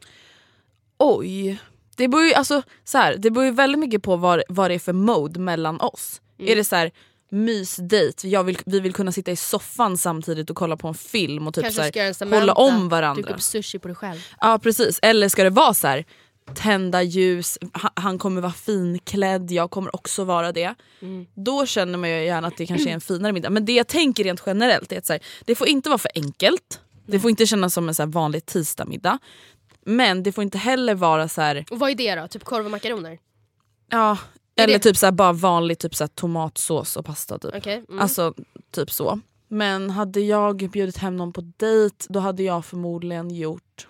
Speaker 8: Oj, det beror ju alltså så här, det beror ju väldigt mycket på vad det är för mode mellan oss. Är det så här mysdejt, vi vill kunna sitta i soffan samtidigt och kolla på en film och typ så här, hålla om varandra.
Speaker 9: Du går upp sushi på dig själv.
Speaker 8: Ja, precis. Eller ska det vara så här, tända ljus, han kommer vara finklädd, jag kommer också vara det. Då känner man ju gärna att det kanske är en finare middag. Men det jag tänker rent generellt är att så här, det får inte vara för enkelt. Det får inte kännas som en så här vanlig tisdagmiddag. Men det får inte heller vara så här.
Speaker 9: Och vad är det då? Typ korv och makaroner?
Speaker 8: Ja, eller typ så här, bara vanlig typ så här, tomatsås och pasta typ.
Speaker 9: Okay.
Speaker 8: Alltså typ så. Men hade jag bjudit hem någon på dejt, då hade jag förmodligen gjort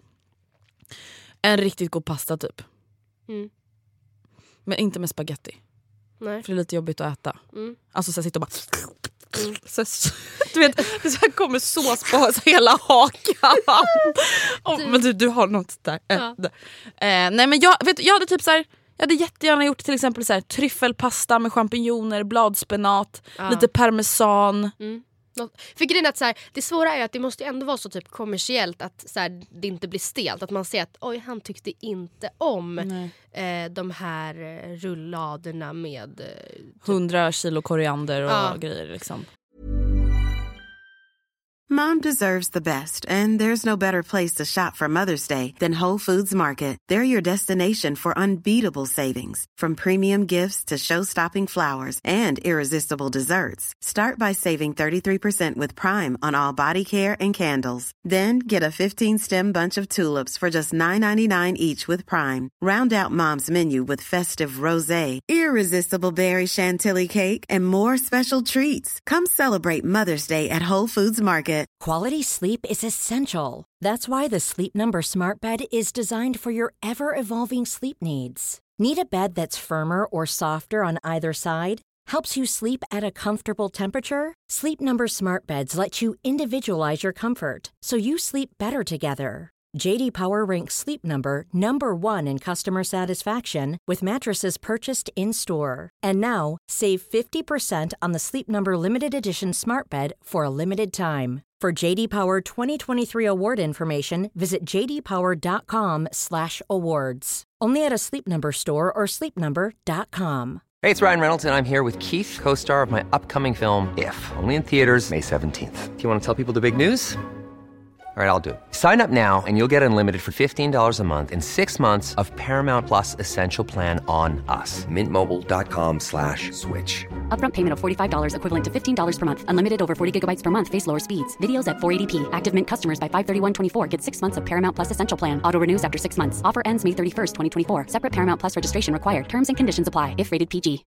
Speaker 8: en riktigt god pasta typ. Men inte med spaghetti.
Speaker 9: Nej.
Speaker 8: För det är lite jobbigt att äta. Alltså så här, sitta och bara så, du vet, det så här kommer sås på hela hakan. Men du har något där. Nej, men jag hade typ så här, jag hade jättegärna gjort till exempel så här, tryffelpasta med champinjoner, bladspenat, lite parmesan.
Speaker 9: För grejen är att så här, det svåra är att det måste ändå vara så typ kommersiellt att så här, det inte blir stelt. Att man ser att oj, han tyckte inte om de här rulladerna med
Speaker 8: 100 kilo koriander och grejer liksom.
Speaker 4: Mom deserves the best, and there's no better place to shop for Mother's Day than Whole Foods Market. They're your destination for unbeatable savings, from premium gifts to show-stopping flowers and irresistible desserts. Start by saving 33% with Prime on all body care and candles. Then get a 15-stem bunch of tulips for just $9.99 each with Prime. Round out Mom's menu with festive rosé, irresistible berry chantilly cake, and more special treats. Come celebrate Mother's Day at Whole Foods Market.
Speaker 10: Quality sleep is essential. That's why the Sleep Number Smart Bed is designed for your ever-evolving sleep needs. Need a bed that's firmer or softer on either side? Helps you sleep at a comfortable temperature? Sleep Number Smart Beds let you individualize your comfort so you sleep better together. JD Power ranks Sleep Number #1 in customer satisfaction with mattresses purchased in-store. And now, save 50% on the Sleep Number Limited Edition Smart Bed for a limited time. For JD Power 2023 award information, visit jdpower.com/awards. Only at a Sleep Number store or sleepnumber.com.
Speaker 1: Hey, it's Ryan Reynolds, and I'm here with Keith, co-star of my upcoming film, If, only in theaters May 17th. Do you want to tell people the big news? All right, I'll do it. Sign up now and you'll get unlimited for $15 a month and 6 months of Paramount Plus Essential Plan on us. Mintmobile.com/switch.
Speaker 2: Upfront payment of $45 equivalent to $15 per month. Unlimited over 40 gigabytes per month. Face lower speeds. Videos at 480p. Active Mint customers by 531.24 get 6 months of Paramount Plus Essential Plan. Auto renews after 6 months. Offer ends May 31st, 2024. Separate Paramount Plus registration required. Terms and conditions apply if rated PG.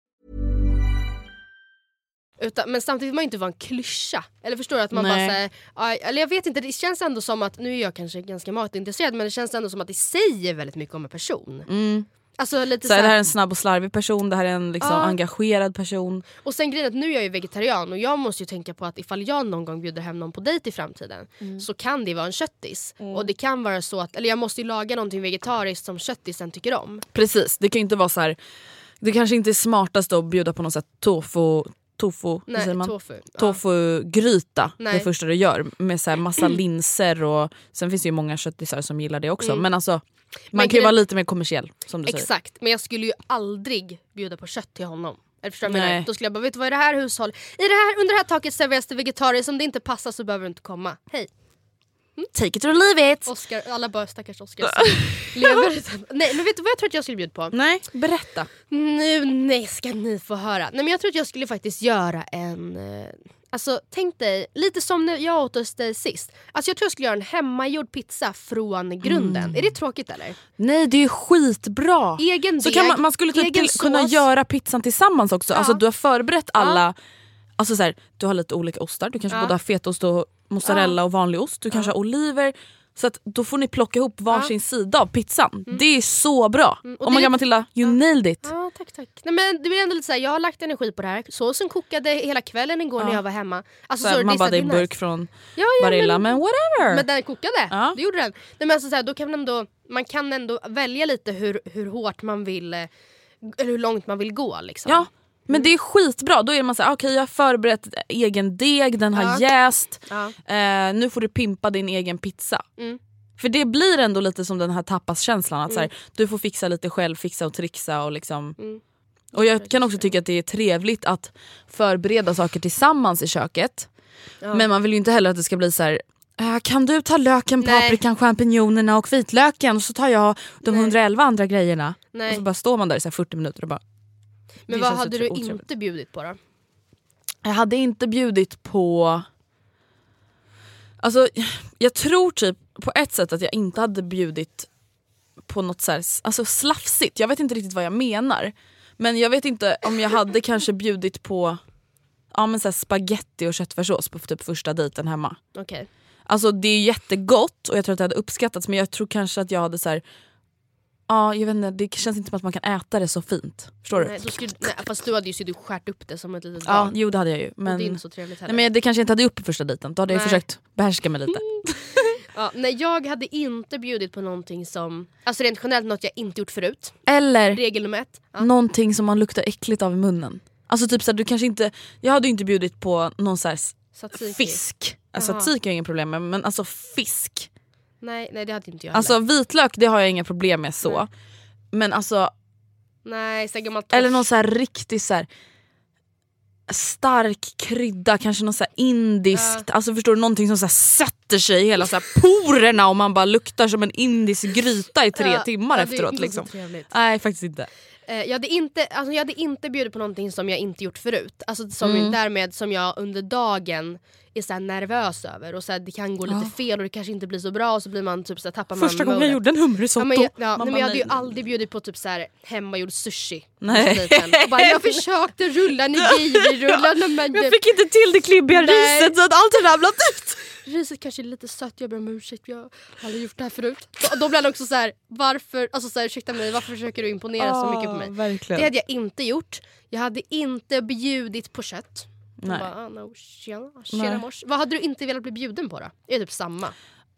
Speaker 9: Men samtidigt vill man ju inte vara en klyscha. Eller förstår du att man bara säger... Eller jag vet inte, det känns ändå som att... Nu är jag kanske ganska matintresserad, men det känns ändå som att det säger väldigt mycket om en person. Alltså lite
Speaker 8: så det här är en snabb och slarvig person. Det här är en liksom engagerad person.
Speaker 9: Och sen grejen att nu är jag ju vegetarian. Och jag måste ju tänka på att ifall jag någon gång bjuder hem någon på dejt i framtiden, så kan det vara en köttis. Och det kan vara så att... Eller jag måste ju laga någonting vegetariskt som köttisen tycker om.
Speaker 8: Precis, det kan ju inte vara så här... Det kanske inte är smartast att bjuda på något sätt tofu-gryta det första du gör med så här massa linser, och sen finns det ju många köttisar som gillar det också, men alltså man kan ju vara lite mer kommersiell som du säger.
Speaker 9: Exakt, men jag skulle ju aldrig bjuda på kött till honom. Eller förstår du? Då skulle jag bara, vet du vad, i det här hushåll under det här taket serveras det vegetariskt, om det inte passar så behöver du inte komma. Hej.
Speaker 8: Take it or leave it.
Speaker 9: Oscar, alla bara stackars Oscar. Nej, men vet du vad jag tror att jag skulle bjuda på?
Speaker 8: Nej, berätta.
Speaker 9: Nu ska ni få höra. Nej, men jag tror att jag skulle faktiskt göra en... Alltså, tänk dig, lite som när jag åt hos dig sist. Alltså jag tror jag skulle göra en hemmagjord pizza från grunden. Är det tråkigt eller?
Speaker 8: Nej, det är skitbra.
Speaker 9: Egen
Speaker 8: så
Speaker 9: deg,
Speaker 8: kan man skulle typ kunna göra pizzan tillsammans också. Alltså du har förberett alla... Alltså så här, du har lite olika ostar. Du kanske både har fetaost och mozzarella och vanlig ost. Du kanske har oliver. Så att då får ni plocka ihop varsin sida av pizzan. Det är så bra. Och man kan Matilda, you nailed it.
Speaker 9: Ja, tack. Nej, men det blir ändå lite så här, jag har lagt energi på det här. Såsen kokade hela kvällen igår när jag var hemma. Alltså,
Speaker 8: så man bara, det är en burk från Barilla, men whatever.
Speaker 9: Men den kokade, det gjorde den. Nej, men alltså, så här, då kan man kan ändå välja lite hur hårt man vill, eller hur långt man vill gå liksom.
Speaker 8: Ja. Men det är skitbra, då är man såhär, okej, jag har förberett egen deg, den har jäst. Nu får du pimpa din egen pizza. För det blir ändå lite som den här tapaskänslan att så här, du får fixa lite själv, fixa och trixa och liksom. Och jag kan också tycka att det är trevligt att förbereda saker tillsammans i köket. Men man vill ju inte heller att det ska bli så här: kan du ta löken, paprikan, champinjonerna och vitlöken, och så tar jag de 111 andra grejerna. Och så bara står man där i så här 40 minuter och bara.
Speaker 9: Men vad hade du inte bjudit på då?
Speaker 8: Jag hade inte bjudit på... Alltså, jag tror typ på ett sätt att jag inte hade bjudit på något så här, alltså slafsigt. Jag vet inte riktigt vad jag menar. Men jag vet inte om jag hade kanske bjudit på men så här spaghetti och köttfärssås på typ första dejten hemma.
Speaker 9: Okay.
Speaker 8: Alltså det är jättegott och jag tror att det hade uppskattats. Men jag tror kanske att jag hade så här... jag vet inte, det känns inte som att man kan äta det så fint. Förstår du?
Speaker 9: Nej, fast du hade ju skärt upp det som ett litet barn.
Speaker 8: Jo, det hade jag ju. Men,
Speaker 9: det är inte så trevligt heller.
Speaker 8: Nej, men det kanske inte hade gjort på första dejten. Då hade jag försökt behärska mig lite.
Speaker 9: Nej, jag hade inte bjudit på någonting som... Alltså rent generellt något jag inte gjort förut.
Speaker 8: Eller
Speaker 9: regel nummer 1.
Speaker 8: Någonting som man luktar äckligt av i munnen. Alltså typ så här, du kanske inte... Jag hade ju inte bjudit på någon så här fisk. Alltså tzatziki är ingen problem med, men alltså fisk.
Speaker 9: Nej, det hade inte jag heller.
Speaker 8: Alltså vitlök, det har jag inga problem med så. Nej. Men alltså...
Speaker 9: Nej, så gammalt.
Speaker 8: Eller någon så här riktigt så här stark krydda, kanske något så här indiskt. Alltså förstår du, någonting som så här sätter sig i hela så här porerna och man bara luktar som en indisk gryta i 3 timmar efteråt liksom. Nej, faktiskt inte.
Speaker 9: Jag hade inte bjudit på någonting som jag inte gjort förut. Alltså därmed som jag under dagen är så här nervös över. Och så här, det kan gå lite fel och det kanske inte blir så bra. Och så blir man typ så här, tappar man
Speaker 8: första gången jag gjorde en hummerrisotto.
Speaker 9: Men jag hade ju aldrig bjudit på typ så här hemmagjord sushi. Nej. Bara, jag försökte rulla nigiri-rullarna men
Speaker 8: jag fick inte till det klibbiga riset så att allt har ramlat ut.
Speaker 9: Riset kanske är lite sött, jag ber om ursäkt, jag har aldrig gjort det här förut. Då blir det också så här, varför, alltså så här, ursäkta mig, varför försöker du imponera så mycket på mig?
Speaker 8: Verkligen.
Speaker 9: Det hade jag inte gjort. Jag hade inte bjudit på kött. Nej. Bara, tjena mors. Vad hade du inte velat bli bjuden på då? Är det typ samma?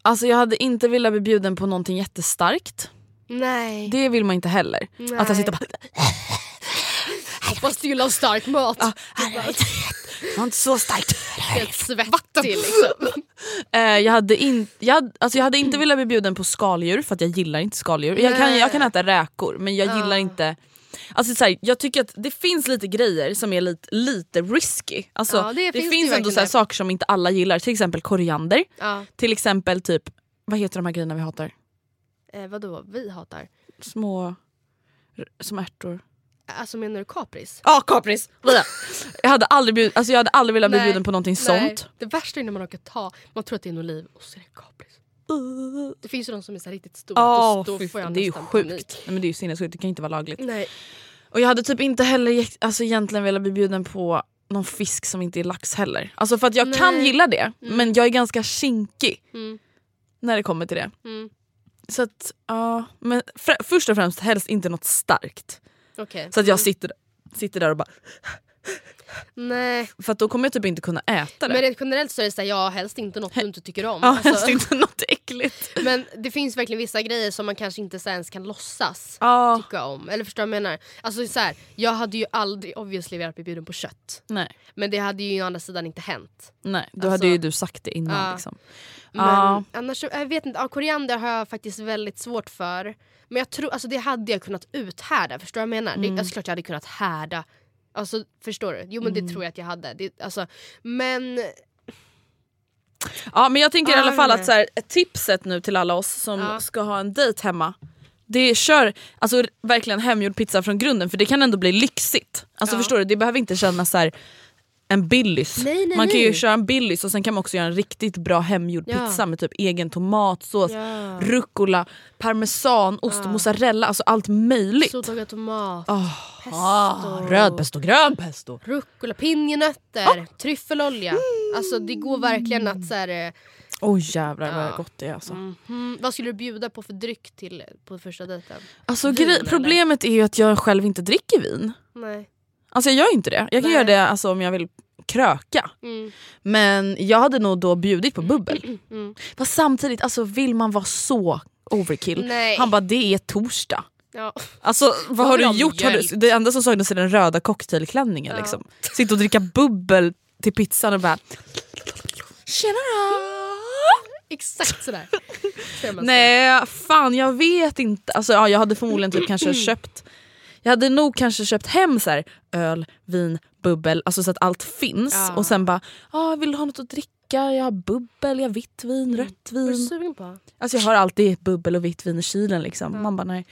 Speaker 8: Alltså jag hade inte velat bli bjuden på någonting jättestarkt.
Speaker 9: Nej.
Speaker 8: Det vill man inte heller.
Speaker 9: Nej.
Speaker 8: Att jag sitter bara...
Speaker 9: Hoppas du gillar stark mat.
Speaker 8: Det var inte så starkt.
Speaker 9: Helt svettig liksom.
Speaker 8: Jag hade inte velat bli bjuden på skaldjur. För att jag gillar inte skaldjur. Jag kan äta räkor. Men jag gillar inte... Alltså så här, jag tycker att det finns lite grejer som är lite risky. Alltså, det finns ändå så här saker som inte alla gillar. Till exempel koriander. Till exempel typ... Vad heter de här grejerna vi hatar?
Speaker 9: Vadå vi hatar?
Speaker 8: Små... Som ärtor.
Speaker 9: Alltså menar du kapris?
Speaker 8: Ja, kapris. Jag hade aldrig velat bli bjuden på någonting sånt.
Speaker 9: Det värsta är när man åker man tror att det är en oliv och så är det kapris. Det finns ju de som är så riktigt stora.
Speaker 8: Det är ju sjukt. Nej, men det är ju sinnessjukt, det kan inte vara lagligt.
Speaker 9: Nej.
Speaker 8: Och jag hade typ inte heller egentligen velat bli bjuden på någon fisk som inte är lax heller. Alltså för att jag kan gilla det, men jag är ganska kinkig när det kommer till det. Så att, men först och främst helst inte något starkt.
Speaker 9: Okay.
Speaker 8: Så att jag sitter där och bara...
Speaker 9: Nej.
Speaker 8: För att då kommer jag typ inte kunna äta det.
Speaker 9: Men rent generellt så är det så här, helst inte något du inte tycker om.
Speaker 8: Ja, helst inte något äckligt.
Speaker 9: Men det finns verkligen vissa grejer som man kanske inte ens kan låtsas tycka om. Eller förstår du vad jag menar? Alltså så här, jag hade ju aldrig obviously velat bli bjuden på kött. Nej. Men det hade ju å andra sidan inte hänt.
Speaker 8: Nej, då hade ju du sagt det innan liksom.
Speaker 9: Men annars, jag vet inte, koriander har jag faktiskt väldigt svårt för. Men jag tror, alltså det hade jag kunnat uthärda. Förstår du vad jag menar? Det är klart jag hade kunnat härda. Alltså, förstår du? Jo men det tror jag att jag hade. Men... Ja, men jag tänker i alla fall att så här, tipset nu till alla oss som ska ha en dejt hemma. Det kör alltså verkligen hemgjord pizza från grunden. För det kan ändå bli lyxigt. Alltså förstår du? Det behöver inte kännas så här en Billys. Man kan ju köra en Billys och sen kan man också göra en riktigt bra hemgjord pizza med typ egen tomatsås, rucola, parmesan, ost, mozzarella, alltså allt möjligt. Såtaga tomat,
Speaker 8: pesto, rödpesto, grönpesto,
Speaker 9: rucola, pinjenötter, tryffelolja. Alltså det går verkligen att så här...
Speaker 8: jävlar vad gott det är alltså.
Speaker 9: Vad skulle du bjuda på för dryck på första dejten?
Speaker 8: Alltså problemet är ju att jag själv inte dricker vin.
Speaker 9: Nej.
Speaker 8: Alltså jag gör inte det. Jag kan göra det alltså, om jag vill kröka. Men jag hade nog då bjudit på bubbel. Fast samtidigt, alltså, vill man vara så overkill? Nej. Han bara, det är torsdag. Ja. Alltså vad har du gjort? Det enda som saknas är den röda cocktailklänningen liksom. Sitta och dricka bubbel till pizzan och bara... Tjena!
Speaker 9: Exakt sådär.
Speaker 8: Nej, fan jag vet inte. Alltså jag hade förmodligen typ kanske köpt... Jag hade nog kanske köpt hem så här, öl, vin, bubbel, alltså så att allt finns. Och sen bara, vill du ha något att dricka? Jag har bubbel, jag har vitt vin, rött vin.
Speaker 9: Vad är du sugen på?
Speaker 8: Alltså jag har alltid bubbel och vitt vin i kylen liksom. Man bara nej.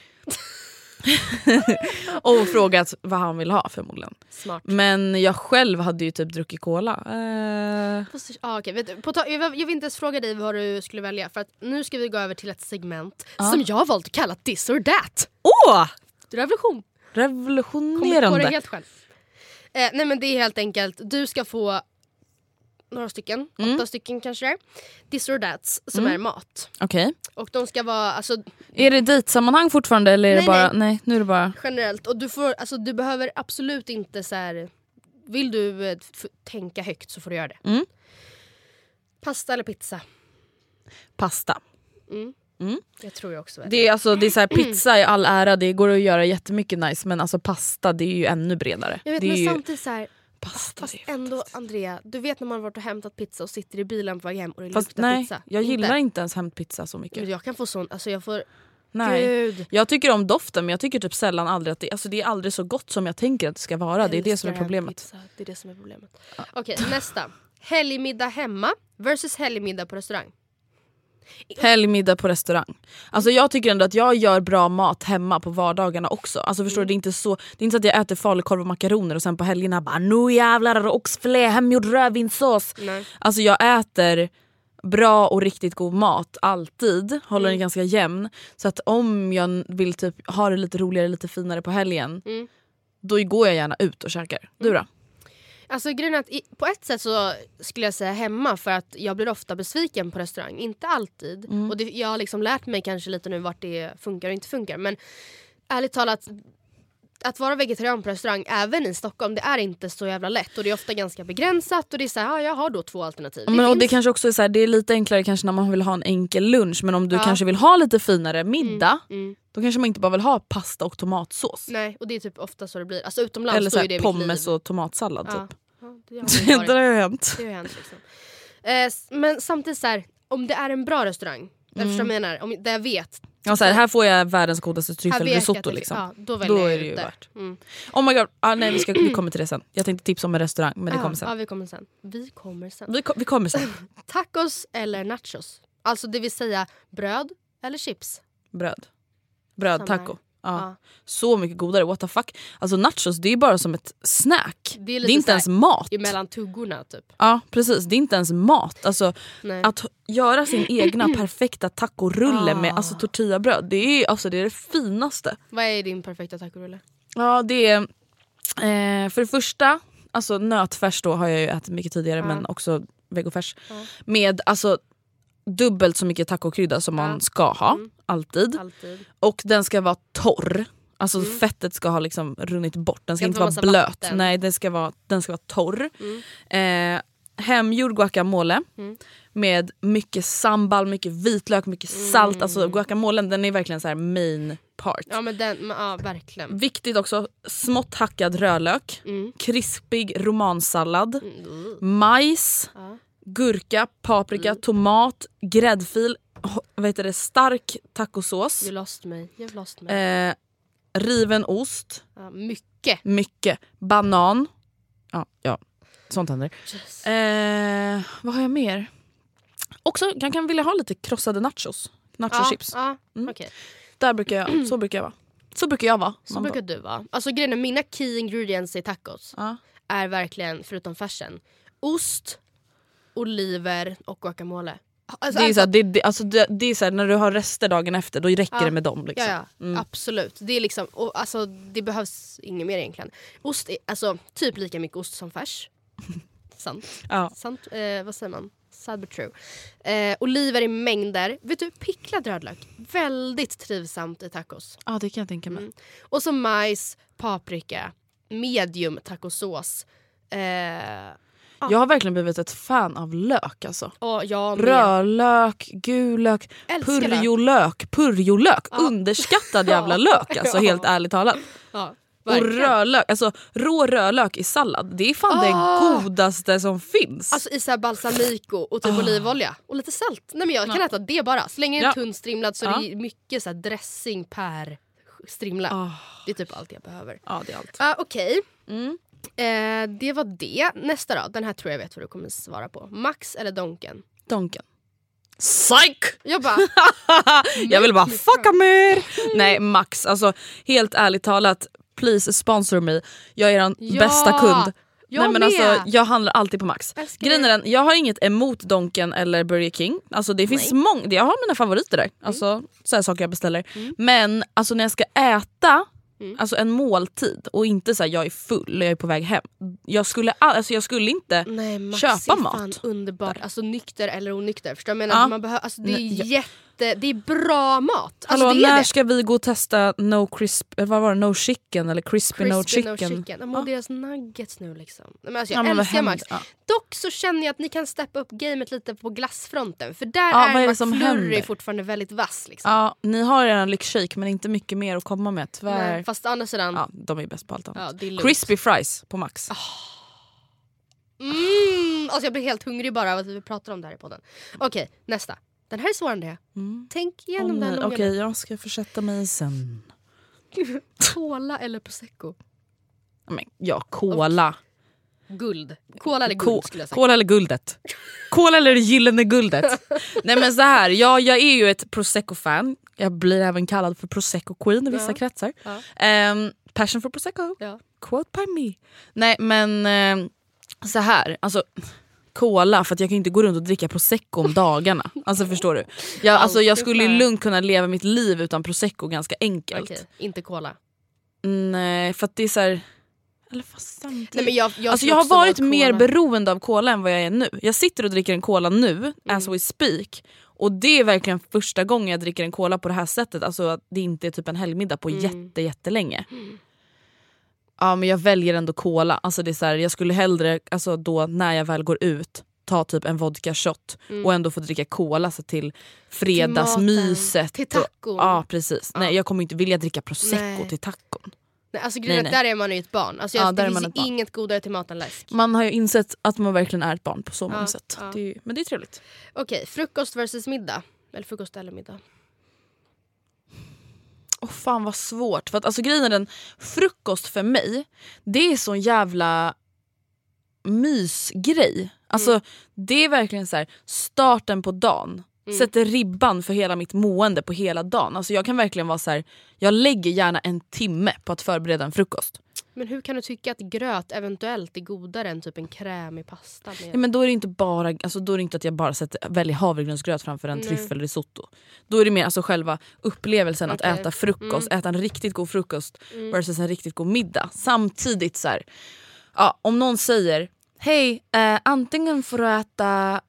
Speaker 8: Och frågat vad han vill ha förmodligen.
Speaker 9: Smart.
Speaker 8: Men jag själv hade ju typ druckit cola.
Speaker 9: Okay. Jag vill inte ens fråga dig vad du skulle välja. För att nu ska vi gå över till ett segment som jag har valt att kalla This or That. Revolution.
Speaker 8: Revolutionerande.
Speaker 9: Kommer på det helt själv. Nej men det är helt enkelt, du ska få några stycken, 8 stycken kanske där. This or That's som är mat.
Speaker 8: Okej.
Speaker 9: Och de ska vara alltså...
Speaker 8: Är det dejtsammanhang fortfarande eller är det bara nej, nu är det bara
Speaker 9: generellt. Och du får alltså du behöver absolut inte så här. Vill du tänka högt så får du göra det. Pasta eller pizza?
Speaker 8: Pasta.
Speaker 9: Jag tror jag också
Speaker 8: det är alltså det är så här, pizza i all ära, det går att göra jättemycket nice, men alltså pasta det är ju ännu bredare.
Speaker 9: Jag vet,
Speaker 8: det är
Speaker 9: men
Speaker 8: ju...
Speaker 9: samtidigt så här,
Speaker 8: pasta
Speaker 9: fast ändå Andrea, du vet när man har varit och hämtat pizza och sitter i bilen på väg hem och det
Speaker 8: fast
Speaker 9: luktar pizza.
Speaker 8: Jag gillar inte ens hämtpizza så mycket.
Speaker 9: Men jag kan få sån, alltså jag får
Speaker 8: Gud. Jag tycker om doften, men jag tycker typ sällan aldrig att det är aldrig så gott som jag tänker att det ska vara. Det är det som är problemet.
Speaker 9: Pizza. Det är det som är problemet. Okej, nästa. Helgmiddag hemma versus helgmiddag på restaurang.
Speaker 8: Helgmiddag på restaurang. Alltså jag tycker ändå att jag gör bra mat hemma på vardagarna också. Alltså förstår du, det är inte så att jag äter falukorv och makaroner och sen på helgerna bara nu jävlar oxfilé, hemgjord rödvinssås. Alltså jag äter bra och riktigt god mat alltid, håller den ganska jämn, så att om jag vill typ ha det lite roligare, lite finare på helgen, då går jag gärna ut och käkar. Du då?
Speaker 9: Alltså grejen är att på ett sätt så skulle jag säga hemma, för att jag blir ofta besviken på restaurang. Inte alltid. Och jag har liksom lärt mig kanske lite nu vart det funkar och inte funkar. Men ärligt talat, att vara vegetarian på restaurang även i Stockholm, det är inte så jävla lätt och det är ofta ganska begränsat och det är så här, jag har då 2 alternativ.
Speaker 8: Och det kanske också är så här, det är lite enklare kanske när man vill ha en enkel lunch, men om du kanske vill ha lite finare middag, då kanske man inte bara vill ha pasta och tomatsås.
Speaker 9: Nej, och det är typ ofta så det blir. Alltså utomlands
Speaker 8: eller så
Speaker 9: är det
Speaker 8: pommes och tomatsallad typ.
Speaker 9: Det
Speaker 8: har ju hänt.
Speaker 9: Det har hänt liksom. Men samtidigt så här, om det är en bra restaurang, eller förstår jag menar, om det jag vet.
Speaker 8: Ja, så här får jag världens godaste tryffelrisotto liksom.
Speaker 9: Ja, då är det ju värt.
Speaker 8: Oh my god, nej, vi kommer till det sen. Jag tänkte tipsa om en restaurang, men det kommer sen.
Speaker 9: Ja, vi kommer sen.
Speaker 8: Vi kommer sen.
Speaker 9: Tacos eller nachos? Alltså det vill säga bröd eller chips?
Speaker 8: Bröd, taco. Ja. Så mycket godare, what the fuck. Alltså nachos, det är bara som ett snack. Det är inte ens mat.
Speaker 9: Mellan tuggorna typ.
Speaker 8: Ja, precis. Det är inte ens mat. Alltså, att göra sin egna perfekta tacorulle med alltså, tortillabröd, det är det finaste.
Speaker 9: Vad är din perfekta tacorulle?
Speaker 8: Ja, det är för det första, alltså nötfärs då har jag ju ätit mycket tidigare, men också vegofärs. Med alltså dubbelt så mycket tacokrydda som man ska ha, alltid. Och den ska vara torr. Alltså fettet ska ha liksom runnit bort. Den ska inte vara blöt. Vatten. Nej, den ska vara torr. Hemgjord guacamole med mycket sambal, mycket vitlök, mycket salt. Alltså guacamolen, den är verkligen så här main part.
Speaker 9: Ja, men verkligen.
Speaker 8: Viktigt också, smått hackad rödlök, krispig romansallad, majs, gurka, paprika, tomat, gräddfil, stark tacosås.
Speaker 9: You lost me.
Speaker 8: Riven ost.
Speaker 9: Ja,
Speaker 8: mycket. Banan. Ja. Sånt händer. Vad har jag mer? Också jag kan vilja ha lite krossade nachos. Nachochips.
Speaker 9: Okay.
Speaker 8: Så brukar jag vara. Så brukar
Speaker 9: du vara. Alltså grejen är, mina key ingredients i tacos är verkligen, förutom färsen, ost, oliver och guacamole. Alltså,
Speaker 8: det är så här, när du har rester dagen efter, då räcker det med dem liksom.
Speaker 9: Absolut. Det är liksom, alltså, det behövs inget mer egentligen. Ost är alltså typ lika mycket ost som färs. Sant. Vad säger man? Sad but true. Oliver i mängder. Vet du, picklad rödlök. Väldigt trivsamt i tacos.
Speaker 8: Ja, det kan jag tänka mig.
Speaker 9: Och så majs, paprika, medium tacosås.
Speaker 8: Jag har verkligen blivit ett fan av lök alltså.
Speaker 9: Rödlök,
Speaker 8: gul lök, purjolök. Underskattad jävla lök alltså, helt ärligt talat. Och rödlök, alltså rå rödlök i sallad, det är fan det godaste som finns.
Speaker 9: Alltså i så här balsamico och typ olivolja och lite salt. Nej men jag kan äta det bara. Så länge det är tunn strimlad så är det mycket så här dressing per strimla. Det är typ allt jag behöver.
Speaker 8: Ja, det är allt.
Speaker 9: Okej. Det var det. Nästa då, den här tror jag vet vad du kommer svara på. Max eller Donken?
Speaker 8: Donken. Psych!
Speaker 9: Jag
Speaker 8: vill bara fucka mer. Nej, Max, alltså helt ärligt talat, please sponsor me. Jag är den bästa kund. Jag handlar alltid på Max. Grejen är den, jag har inget emot Donken eller Burger King. Alltså det finns många, jag har mina favoriter där. Alltså så här saker jag beställer. Men alltså när jag ska äta alltså en måltid och inte så här, jag är full och jag är på väg hem. Jag skulle inte köpa mat. Fan
Speaker 9: underbart. Alltså nykter eller onykter. Förstår du? Man behöver, alltså, det är det är bra mat. Alltså,
Speaker 8: hallå, när ska vi gå och testa no chicken eller crispy no chicken?
Speaker 9: Deras nuggets nu liksom. Men alltså, jag älskar Max. Dock så känner jag att ni kan steppa upp gamet lite på glassfronten. För där är McFlurry fortfarande väldigt vass liksom.
Speaker 8: Ja, ni har en lyxshake men inte mycket mer att komma med tyvärr.
Speaker 9: Nej, fast andra sidan
Speaker 8: de är bäst på allt annat. Crispy fries på Max.
Speaker 9: Alltså jag blir helt hungrig bara av att vi pratar om det här i podden. Okej, nästa. Den här är svårare än det. Tänk igenom den.
Speaker 8: Okej, jag ska försätta mig sen.
Speaker 9: Cola eller prosecco?
Speaker 8: Cola.
Speaker 9: Guld. Cola eller guld skulle jag säga.
Speaker 8: Cola eller guldet. Cola eller det gyllene guldet. Nej men så här, jag är ju ett prosecco-fan. Jag blir även kallad för prosecco queen i vissa kretsar. Passion for prosecco. Quote by me. Nej men så här, alltså cola, för att jag kan inte gå runt och dricka prosecco om dagarna. Alltså förstår du? Jag skulle ju lugnt kunna leva mitt liv utan prosecco ganska enkelt.
Speaker 9: Okej, inte cola.
Speaker 8: Nej, för att det är så här, eller fast samtidigt.
Speaker 9: Nej, men
Speaker 8: jag har varit mer beroende av cola än vad jag är nu. Jag sitter och dricker en cola nu, as we speak. Och det är verkligen första gången jag dricker en cola på det här sättet. Alltså att det inte är typ en helgmiddag på jättelänge. Ja, men jag väljer ändå cola. Alltså det är så här, jag skulle hellre alltså då när jag väl går ut ta typ en vodka shot och ändå få dricka cola så till fredagsmyset.
Speaker 9: Till tacon.
Speaker 8: Ja, precis. Nej, jag kommer inte vilja dricka prosecco till tacon.
Speaker 9: Nej, alltså grejen där är man ju ett barn. Alltså, det finns inget godare till mat än läsk.
Speaker 8: Man har ju insett att man verkligen är ett barn på så många sätt. Men det är trevligt.
Speaker 9: Okej, frukost versus middag. Eller frukost eller middag.
Speaker 8: Fan vad svårt. För att alltså grejen är den, frukost för mig, det är sån jävla mysgrej. Alltså det är verkligen så här, starten på dagen. Sätter ribban för hela mitt mående på hela dagen. Alltså jag kan verkligen vara så här, jag lägger gärna en timme på att förbereda en frukost.
Speaker 9: Men hur kan du tycka att gröt eventuellt är godare än typ en krämig pasta?
Speaker 8: Ja, men då är det inte bara, alltså då är det inte att jag bara väljer havregrynsgröt framför en tryffelrisotto. Då är det mer alltså själva upplevelsen att äta frukost, äta en riktigt god frukost versus en riktigt god middag. Samtidigt så här, om någon säger hej, antingen får du äta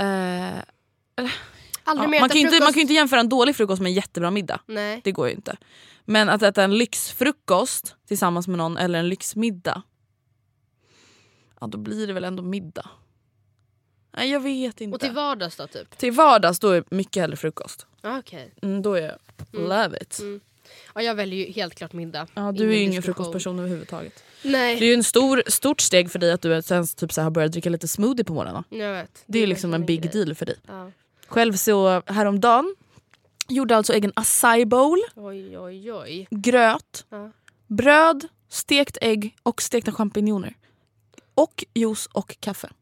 Speaker 8: man kan ju inte jämföra en dålig frukost med en jättebra middag.
Speaker 9: Nej.
Speaker 8: Det går ju inte. Men att äta en lyxfrukost tillsammans med någon eller en lyxmiddag, då blir det väl ändå middag. Nej, jag vet inte.
Speaker 9: Och till vardags då typ?
Speaker 8: Till vardags då är mycket hellre frukost.
Speaker 9: Okej.
Speaker 8: Då är jag love it.
Speaker 9: Ja, jag väljer ju helt klart middag.
Speaker 8: Ja, du är ju ingen frukostperson överhuvudtaget.
Speaker 9: Nej.
Speaker 8: Det är ju en stort steg för dig att du sen typ så här har börjat dricka lite smoothie på morgonen.
Speaker 9: Jag vet.
Speaker 8: Det är liksom en big deal för dig.
Speaker 9: Ja.
Speaker 8: Själv så häromdagen gjorde alltså egen acai bowl.
Speaker 9: Oj.
Speaker 8: Gröt, bröd, stekt ägg och stekta champinjoner. Och juice och kaffe.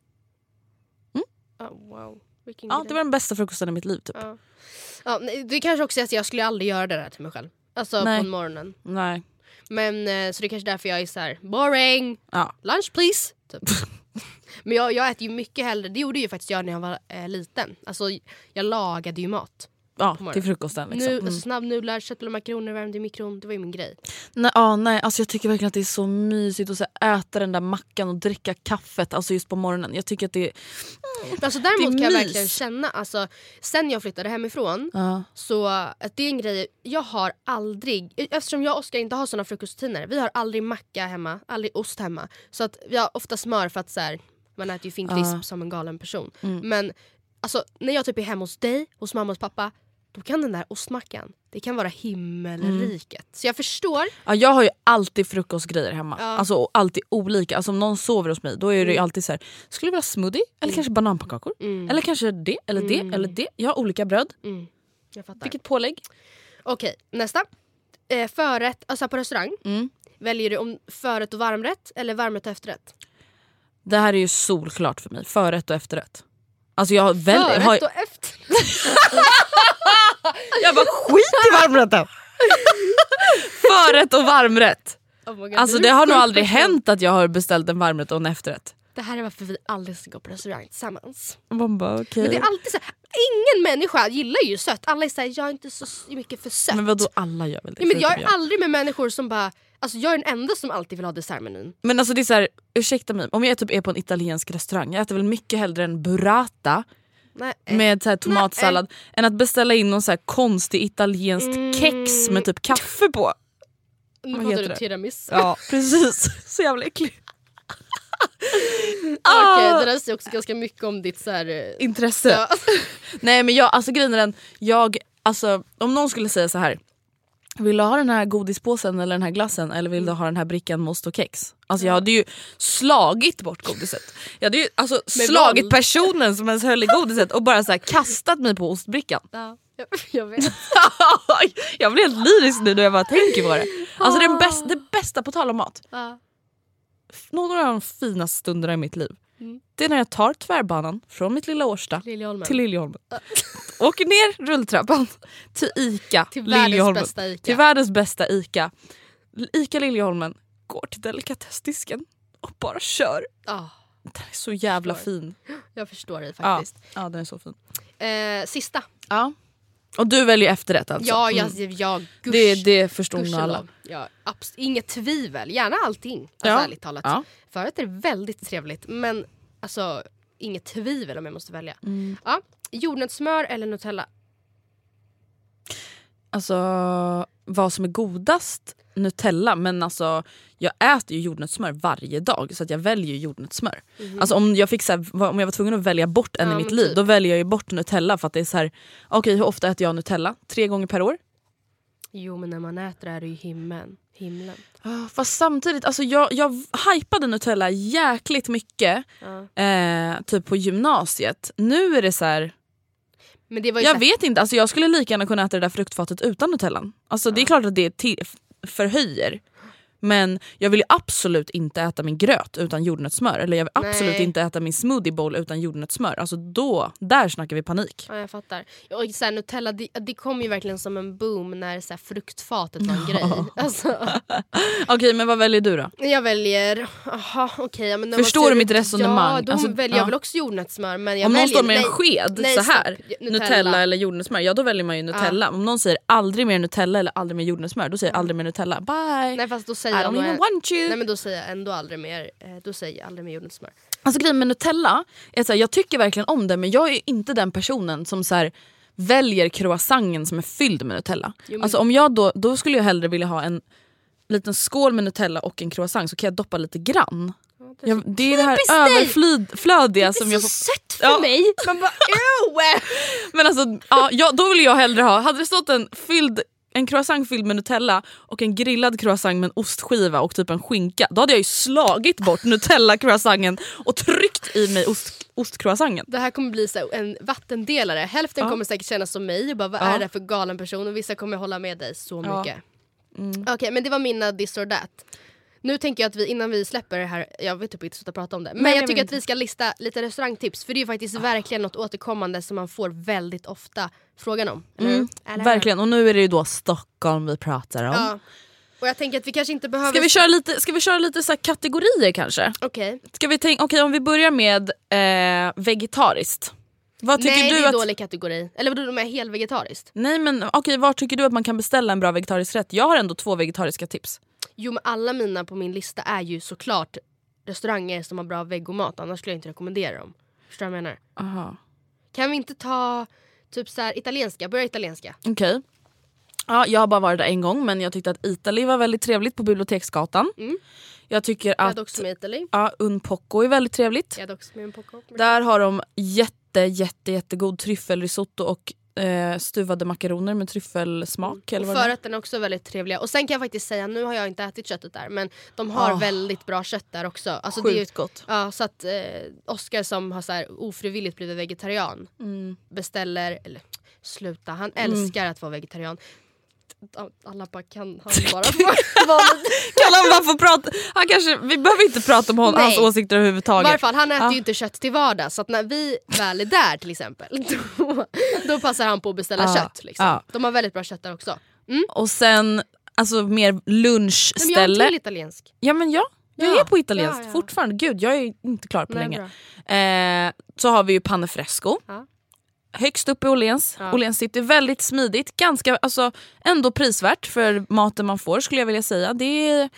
Speaker 9: Wow.
Speaker 8: Det var den bästa frukosten i mitt liv typ.
Speaker 9: Ja, det kanske också är att jag skulle aldrig göra det där till mig själv. Alltså på morgonen.
Speaker 8: Nej.
Speaker 9: Men så det är kanske därför jag är så här boring. Lunch please. Typ. Men jag äter ju mycket hellre. Det gjorde ju faktiskt jag när jag var liten. Alltså jag lagade ju mat.
Speaker 8: Till frukosten liksom.
Speaker 9: Snabbnudlar, köttbullar, makaroner värmde i mikron. Det var ju min grej.
Speaker 8: Nej, alltså jag tycker verkligen att det är så mysigt att så äta den där mackan och dricka kaffet alltså just på morgonen. Jag tycker att det är
Speaker 9: alltså däremot kan jag verkligen känna alltså, sen jag flyttade hemifrån så att det är en grej jag har aldrig, eftersom jag och Oskar inte har såna frukostrutiner, vi har aldrig macka hemma, aldrig ost hemma, så att vi har ofta smör för att så här, man äter ju finkrisp som en galen person. Men alltså när jag typ är hemma hos dig, hos mamma och pappa, då kan den där ostmackan, det kan vara himmelriket. Så jag förstår.
Speaker 8: Ja, jag har ju alltid frukostgrejer hemma. Alltså alltid olika. Alltså om någon sover hos mig, då är det ju alltid så här, skulle du vilja smoothie? Eller kanske bananpannkakor? Eller kanske det, eller det, eller det. Jag har olika bröd.
Speaker 9: Jag fattar.
Speaker 8: Vilket pålägg?
Speaker 9: Okej, nästa. Förrätt, alltså på restaurang. Väljer du om förrätt och varmrätt eller varmrätt och efterrätt?
Speaker 8: Det här är ju solklart för mig. Förrätt och efterrätt. Alltså jag
Speaker 9: förrätt och efterrätt.
Speaker 8: Jag bara skit i varmrätten. Förrätt och varmrätt. Alltså det har nog aldrig hänt att jag har beställt en varmrätt och en efterrätt.
Speaker 9: Det här är varför vi aldrig ska gå på restaurang tillsammans.
Speaker 8: Bara, okay.
Speaker 9: Men det är alltid så här, ingen människa gillar ju sött. Alla är så här, jag är inte så mycket för sött.
Speaker 8: Men vadå, alla gör väl det?
Speaker 9: Ja, men jag är aldrig med människor som bara, alltså jag är den enda som alltid vill ha dessertmenyn.
Speaker 8: Men alltså det är så här, ursäkta mig, om jag typ är på en italiensk restaurang, jag äter väl mycket hellre en burrata med så här tomatsallad än att beställa in någon så här konstig italiensk kex med typ kaffe på.
Speaker 9: Nu pratar du tiramisu.
Speaker 8: Ja, precis. Så jävla äcklig.
Speaker 9: Okej, det där säger också ganska mycket om ditt så här
Speaker 8: intresse. Ja. Nej men alltså grejen är den, alltså om någon skulle säga så här, vill du ha den här godispåsen eller den här glassen eller vill du ha den här brickan most och kex? Alltså jag hade ju slagit bort godiset. Jag hade ju alltså slagit personen som ens höll i godiset och bara så här kastat mig på ostbrickan.
Speaker 9: Ja, jag vet.
Speaker 8: Jag blir helt lyrisk nu när jag bara tänker på det. Alltså det bästa på tal om mat. Några av de finaste stunderna i mitt liv. Det är när jag tar tvärbanan från mitt lilla Årsta till Liljeholmen. Åker ner rulltrappan till Ica
Speaker 9: till
Speaker 8: Liljeholmen.
Speaker 9: Till världens
Speaker 8: bästa Ica. Ica Liljeholmen, går till delikatessdisken och bara kör. Den är så jävla fin.
Speaker 9: Jag förstår det faktiskt.
Speaker 8: Ja, den är så fin.
Speaker 9: Sista.
Speaker 8: Ja. Och du väljer efterrätt alltså?
Speaker 9: Ja,
Speaker 8: det förstår nog alla.
Speaker 9: Ja, inget tvivel, gärna allting. Alltså, ärligt talat. Ja. Förut är det väldigt trevligt, men alltså inget tvivel om jag måste välja. Ja, jordnötssmör eller Nutella?
Speaker 8: Alltså vad som är godast Nutella, men alltså jag äter ju jordnötssmör varje dag så att jag väljer jordnötssmör. Alltså om jag var tvungen att välja bort en i mitt liv, då väljer jag ju bort Nutella för att det är så här, okej, hur ofta äter jag Nutella? 3 gånger per år?
Speaker 9: Jo, men när man äter är det ju himlen.
Speaker 8: Fast samtidigt, alltså jag hypade Nutella jäkligt mycket typ på gymnasiet. Nu är det så här. Men det var ju vet inte, alltså jag skulle lika gärna kunna äta det där fruktfatet utan Nutellan. Alltså det är klart att det förhöjer. Men jag vill ju absolut inte äta min gröt utan jordnötssmör. Eller jag vill absolut inte äta min smoothie bowl utan jordnötssmör. Alltså där snackar vi panik.
Speaker 9: Ja, jag fattar. Och så här, Nutella, det kom ju verkligen som en boom när så här, fruktfatet var en grej. Alltså.
Speaker 8: Okej, men vad väljer du då?
Speaker 9: Jag väljer... men
Speaker 8: förstår du mitt resonemang?
Speaker 9: Ja, då väljer jag väl också jordnötssmör. Men
Speaker 8: om någon står med en sked så här, Nutella eller jordnötssmör, ja då väljer man ju Nutella. Om någon säger aldrig mer Nutella eller aldrig mer jordnötssmör, då säger jag aldrig mer Nutella. Bye!
Speaker 9: Nej, fast då säger
Speaker 8: I don't even want you.
Speaker 9: Nej, men då säger jag ändå aldrig mer. Då säger jag aldrig mer jordnötssmör.
Speaker 8: Alltså grejen med Nutella är så här, jag tycker verkligen om det, men jag är inte den personen som så här, väljer croissanten som är fylld med Nutella. Alltså om jag då skulle jag hellre vilja ha en liten skål med Nutella och en croissant, så kan jag doppa lite grann. Det är det här överflödiga som jag får...
Speaker 9: sött för mig. Man bara,
Speaker 8: men alltså, då vill jag hellre ha, hade det stått en croissant fylld med Nutella och en grillad croissant med en ostskiva och typ en skinka, då hade jag ju slagit bort Nutella-croissanten och tryckt i mig ostcroissanten.
Speaker 9: Det här kommer bli så en vattendelare. Hälften kommer säkert kännas som mig och bara, vad är det för galen person? Och vissa kommer hålla med dig så mycket. Okej, men det var mina this or that. Nu tänker jag att innan vi släpper det här, jag vet typ inte sluta prata om det, men jag tycker att vi ska lista lite restaurangtips, för det är ju faktiskt verkligen något återkommande som man får väldigt ofta frågan om.
Speaker 8: Verkligen, och nu är det ju då Stockholm vi pratar om.
Speaker 9: Ja. Och jag tänker att vi kanske inte behöver...
Speaker 8: Ska vi köra lite så här kategorier kanske?
Speaker 9: Okej.
Speaker 8: Okej, om vi börjar med vegetariskt. Vad tycker
Speaker 9: Nej,
Speaker 8: du
Speaker 9: det är en dålig kategori. Eller vad du med helt vegetariskt?
Speaker 8: Nej, men okej, var tycker du att man kan beställa en bra vegetarisk rätt? Jag har ändå 2 vegetariska tips.
Speaker 9: Jo, men alla mina på min lista är ju såklart restauranger som har bra vegomat. Annars skulle jag inte rekommendera dem. Förstår du vad jag menar?
Speaker 8: Aha.
Speaker 9: Kan vi inte ta typ så här italienska? Börja italienska.
Speaker 8: Okej. Ja, jag har bara varit där en gång, men jag tyckte att Italy var väldigt trevligt på Biblioteksgatan. Jag tycker att...
Speaker 9: Jag är också med Italy.
Speaker 8: Ja, Un Poco är väldigt trevligt.
Speaker 9: Jag är också med Un Poco.
Speaker 8: Där har de jättegod tryffelrisotto och stuvade makaroner med tryffelsmak.
Speaker 9: Och förrätten är också väldigt trevliga. Och sen kan jag faktiskt säga, nu har jag inte ätit köttet där, men de har väldigt bra kött där också. Alltså,
Speaker 8: sjukt
Speaker 9: det är ju,
Speaker 8: gott.
Speaker 9: Ja, så att Oscar som har så här ofrivilligt blivit vegetarian beställer, eller sluta, han älskar att vara vegetarian. Alla bara, kan han bara
Speaker 8: kan han bara få prata? Vi behöver inte prata om hans åsikter överhuvudtaget.
Speaker 9: I varje fall, han äter ju inte kött till vardag. Så att när vi väl är där till exempel, då passar han på att beställa kött liksom. De har väldigt bra kött där också.
Speaker 8: Och sen alltså mer lunchställe.
Speaker 9: Men jag är till italiensk.
Speaker 8: Ja, men jag är på italienskt fortfarande. Gud, jag är inte klar på länge. Så har vi ju Pane Fresco. Högst upp i Åhléns. Åhléns City, väldigt smidigt, ganska, alltså, ändå prisvärt för maten man får, skulle jag vilja säga. Det är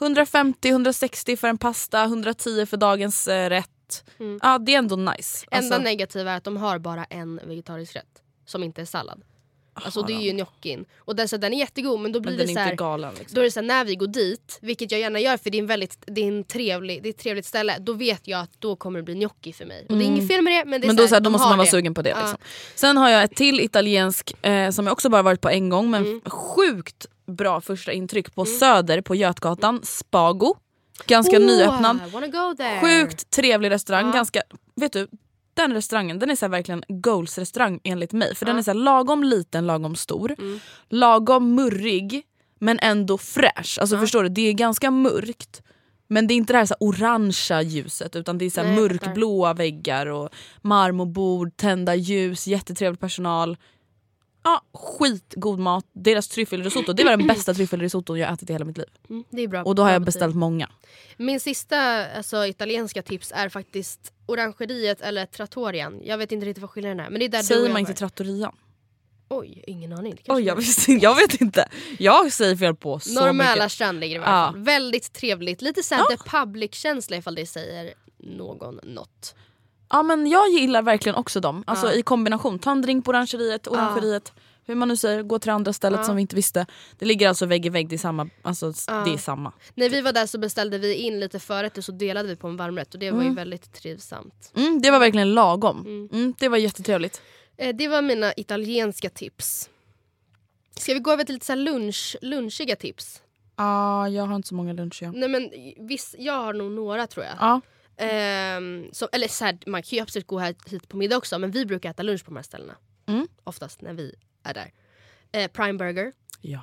Speaker 8: 150-160 för en pasta, 110 för dagens rätt. Ja, det är ändå nice.
Speaker 9: Enda negativa är att de har bara en vegetarisk rätt som inte är sallad. Alltså det är ju gnockin. Och den är jättegod, men då blir det så här, galen, liksom. Då är det så här, när vi går dit, vilket jag gärna gör för det är ett trevligt ställe, då vet jag att då kommer det bli gnocchi för mig. Och det är inget fel med det, men det är
Speaker 8: men då måste man vara sugen på det liksom. Sen har jag ett till italiensk som jag också bara varit på en gång, men sjukt bra första intryck på Söder på Götgatan, Spago. Ganska nyöppnad. Sjukt trevlig restaurang, ganska, vet du, den restaurangen, den är så här verkligen goals restaurang enligt mig. För den är så här lagom liten, lagom stor. Lagom murrig, men ändå fräsch. Alltså förstår du, det är ganska mörkt. Men det är inte det här så här orangea ljuset, utan det är så här mörkblåa väggar och marmorbord, tända ljus, jättetrevlig personal. Ja, skitgod mat. Deras tryffelrisotto, det var den bästa tryffelrisotto jag ätit i hela mitt liv.
Speaker 9: Det är bra.
Speaker 8: Och då har jag beställt många.
Speaker 9: Min sista italienska tips är faktiskt Orangeriet eller Trattorian. Jag vet inte riktigt vad skillnaden är, men det är där
Speaker 8: säger man inte Trattorian?
Speaker 9: Oj, ingen aning.
Speaker 8: Jag vet inte. Jag säger fel på så
Speaker 9: Normala
Speaker 8: mycket.
Speaker 9: Strand ligger i varje fall. Väldigt trevligt. Lite såhär The Public-känsla ifall det säger något.
Speaker 8: Ja, men jag gillar verkligen också dem. Alltså i kombination. Ta en drink på Orangeriet. hur man nu säger, gå till andra stället som vi inte visste. Det ligger alltså vägg i vägg, det är samma. Alltså, det är samma.
Speaker 9: När vi var där så beställde vi in lite förrätter, så delade vi på en varmrätt och det var ju väldigt trivsamt.
Speaker 8: Det var verkligen lagom. Det var jättetrevligt.
Speaker 9: Det var mina italienska tips. Ska vi gå över till lite så här lunchiga tips?
Speaker 8: Jag har inte så många luncher.
Speaker 9: Nej, men jag har nog några, tror jag. Eller så här, man kan ju absolut gå hit på middag också, men vi brukar äta lunch på de här ställena. Oftast när vi är där. Prime Burger.
Speaker 8: Ja.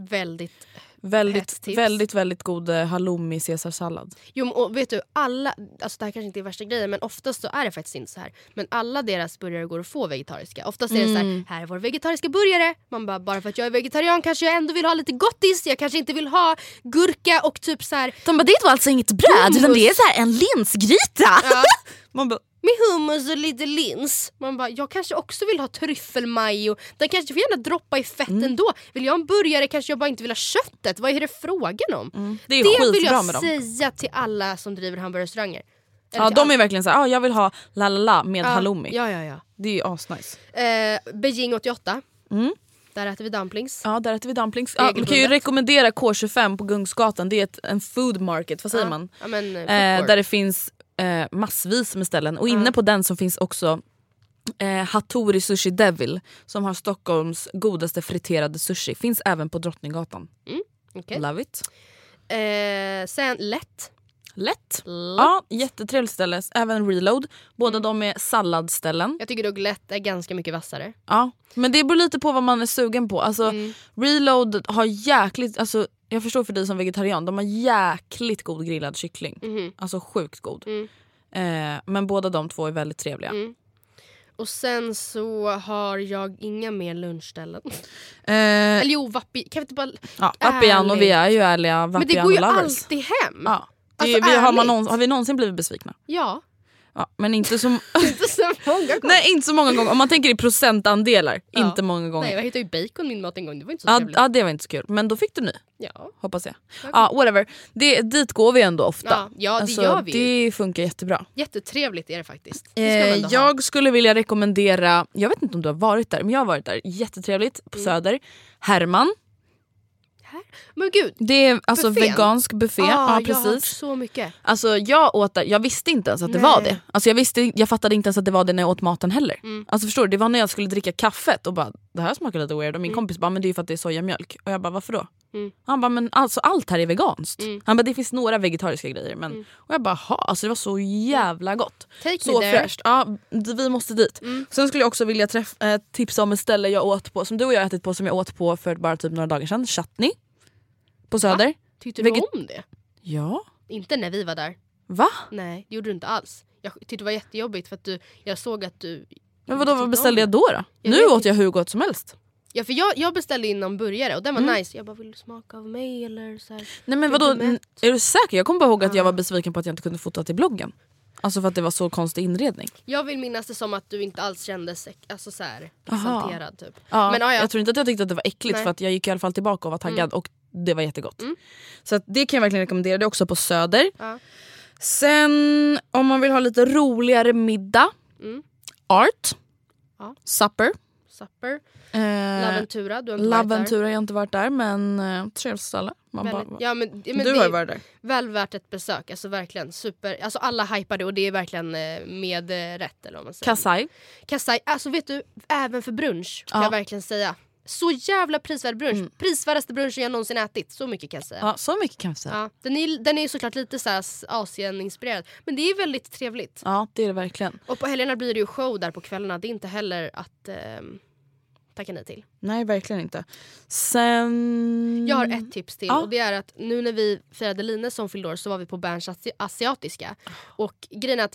Speaker 9: Väldigt
Speaker 8: god halloumi caesarsallad.
Speaker 9: Jo, och vet du, alla, alltså det här kanske inte är värsta grejen, men oftast så är det faktiskt inte så här. Men alla deras burgare går att få vegetariska. Oftast är det så här är vår vegetariska burgare. Man bara för att jag är vegetarian kanske jag ändå vill ha lite gottis. Jag kanske inte vill ha gurka och typ så här.
Speaker 8: De bara, det var alltså inget bröd, utan det är så här en linsgryta. Ja. Man bara,
Speaker 9: med hummus och lite lins. Man bara, jag kanske också vill ha tryffelmajo. Den kanske får gärna droppa i fett ändå. Vill jag ha en burgare kanske jag bara inte vill ha köttet. Vad är det frågan om?
Speaker 8: Det är
Speaker 9: det vill jag
Speaker 8: med
Speaker 9: säga till alla som driver hamburgerrestauranger.
Speaker 8: Ja, de är verkligen så här, jag vill ha lalala med halloumi.
Speaker 9: Ja.
Speaker 8: Det är ju asnice.
Speaker 9: Beijing 88. Där äter vi dumplings.
Speaker 8: Ja, där äter vi dumplings. Ja, man kan ju rekommendera K25 på Gungsgatan. Det är en food market, vad säger man?
Speaker 9: Ja, men,
Speaker 8: där det finns massvis med ställen. Och inne på den så finns också Hattori Sushi Devil, som har Stockholms godaste friterade sushi. Finns även på Drottninggatan.
Speaker 9: Okay.
Speaker 8: Love it.
Speaker 9: Sen Lätt.
Speaker 8: Ja, jättetrevligt ställe. Även Reload. Båda de är salladställen.
Speaker 9: Jag tycker dock Lätt är ganska mycket vassare.
Speaker 8: Ja, men det beror lite på vad man är sugen på. Alltså, Reload har jäkligt... Alltså, jag förstår för dig som vegetarian, de har jäkligt god grillad kyckling. Alltså sjukt god. Men båda de två är väldigt trevliga.
Speaker 9: Och sen så har jag inga mer lunchställen. Eller jo, Vappi. Kan vi inte bara...
Speaker 8: Ja, Vappian, och vi är ju ärliga Vappian.
Speaker 9: Men det går ju
Speaker 8: lovers.
Speaker 9: alltid hem.
Speaker 8: Ja.
Speaker 9: Alltså,
Speaker 8: har vi någonsin blivit besvikna?
Speaker 9: Ja.
Speaker 8: Men inte så
Speaker 9: inte så många gånger.
Speaker 8: Nej, inte så många gånger. Om man tänker i procentandelar, inte många gånger.
Speaker 9: Nej, jag hittade ju bacon min mat en gång. Det var inte så trevligt.
Speaker 8: Ja, det var inte så kul. Men då fick du ny.
Speaker 9: Ja.
Speaker 8: Hoppas jag. Ja, whatever. Dit går vi ändå ofta.
Speaker 9: Ja, det
Speaker 8: alltså,
Speaker 9: gör vi.
Speaker 8: Det funkar jättebra.
Speaker 9: Jättetrevligt är det faktiskt.
Speaker 8: Jag skulle vilja rekommendera, jag vet inte om du har varit där, men jag har varit där. Jättetrevligt på Söder. Herman.
Speaker 9: Men gud,
Speaker 8: det är alltså vegansk buffé. Ja, precis.
Speaker 9: Jag har så mycket.
Speaker 8: Alltså jag åt där, jag visste inte ens att det var det. Alltså jag fattade inte ens att det var det när jag åt maten heller. Alltså förstår du, det var när jag skulle dricka kaffet och bara, det här smakar lite weird. Och min kompis bara, men det är ju för att det är sojamjölk. Och jag bara, varför då? Han bara, men alltså allt här är veganskt. Han bara, det finns några vegetariska grejer. Men... Och jag bara, alltså det var så jävla gott. Så fräscht. Ja, vi måste dit. Sen skulle jag också vilja tipsa om ett ställe jag åt på, som du och jag ätit på, som jag åt på för bara typ några dagar sedan. Chutney. På Söder.
Speaker 9: Va? Tyckte du om det?
Speaker 8: Ja.
Speaker 9: Inte när vi var där.
Speaker 8: Va?
Speaker 9: Nej, det gjorde du inte alls. Jag tyckte det var jättejobbigt för att jag såg att du...
Speaker 8: Men vad beställde jag då? Nu åt jag hur gott som helst.
Speaker 9: Ja, för jag beställde in någon burgare och den var nice. Jag bara, vill du smaka av mig eller så här?
Speaker 8: Nej, men vadå? Är du säker? Jag kommer bara ihåg att jag var besviken på att jag inte kunde fota till bloggen. Alltså för att det var så konstig inredning.
Speaker 9: Jag vill minnas det som att du inte alls kände alltså så här exalterad typ.
Speaker 8: Ja, men jag tror inte att jag tyckte att det var äckligt. Nej. För att jag gick i alla fall tillbaka och var taggad och det var jättegott. Så att det kan jag verkligen rekommendera. Det är också på Söder. Sen om man vill ha lite roligare middag. Art. Supper.
Speaker 9: Laventura, du har inte
Speaker 8: Laventura, jag har inte varit där, men trevligt ställe.
Speaker 9: Men du
Speaker 8: har ju varit där.
Speaker 9: Väl värt ett besök, alltså verkligen super. Alltså alla hypar det och det är verkligen med rätt eller vad man säger. Kasai, alltså vet du, även för brunch kan jag verkligen säga. Så jävla prisvärd brunch. Prisvärdaste brunchen jag någonsin ätit. Så mycket kan jag säga.
Speaker 8: Ja, så mycket kan jag säga.
Speaker 9: Ja, den är såklart lite så här Asien-inspirerad. Men det är väldigt trevligt.
Speaker 8: Ja, det är det verkligen.
Speaker 9: Och på helgerna blir det ju show där på kvällarna. Det är inte heller att tacka nej till.
Speaker 8: Nej, verkligen inte. Sen...
Speaker 9: Jag har ett tips till. Och det är att nu när vi firade Lines som fyllde år så var vi på Berns asiatiska. Och grejen är att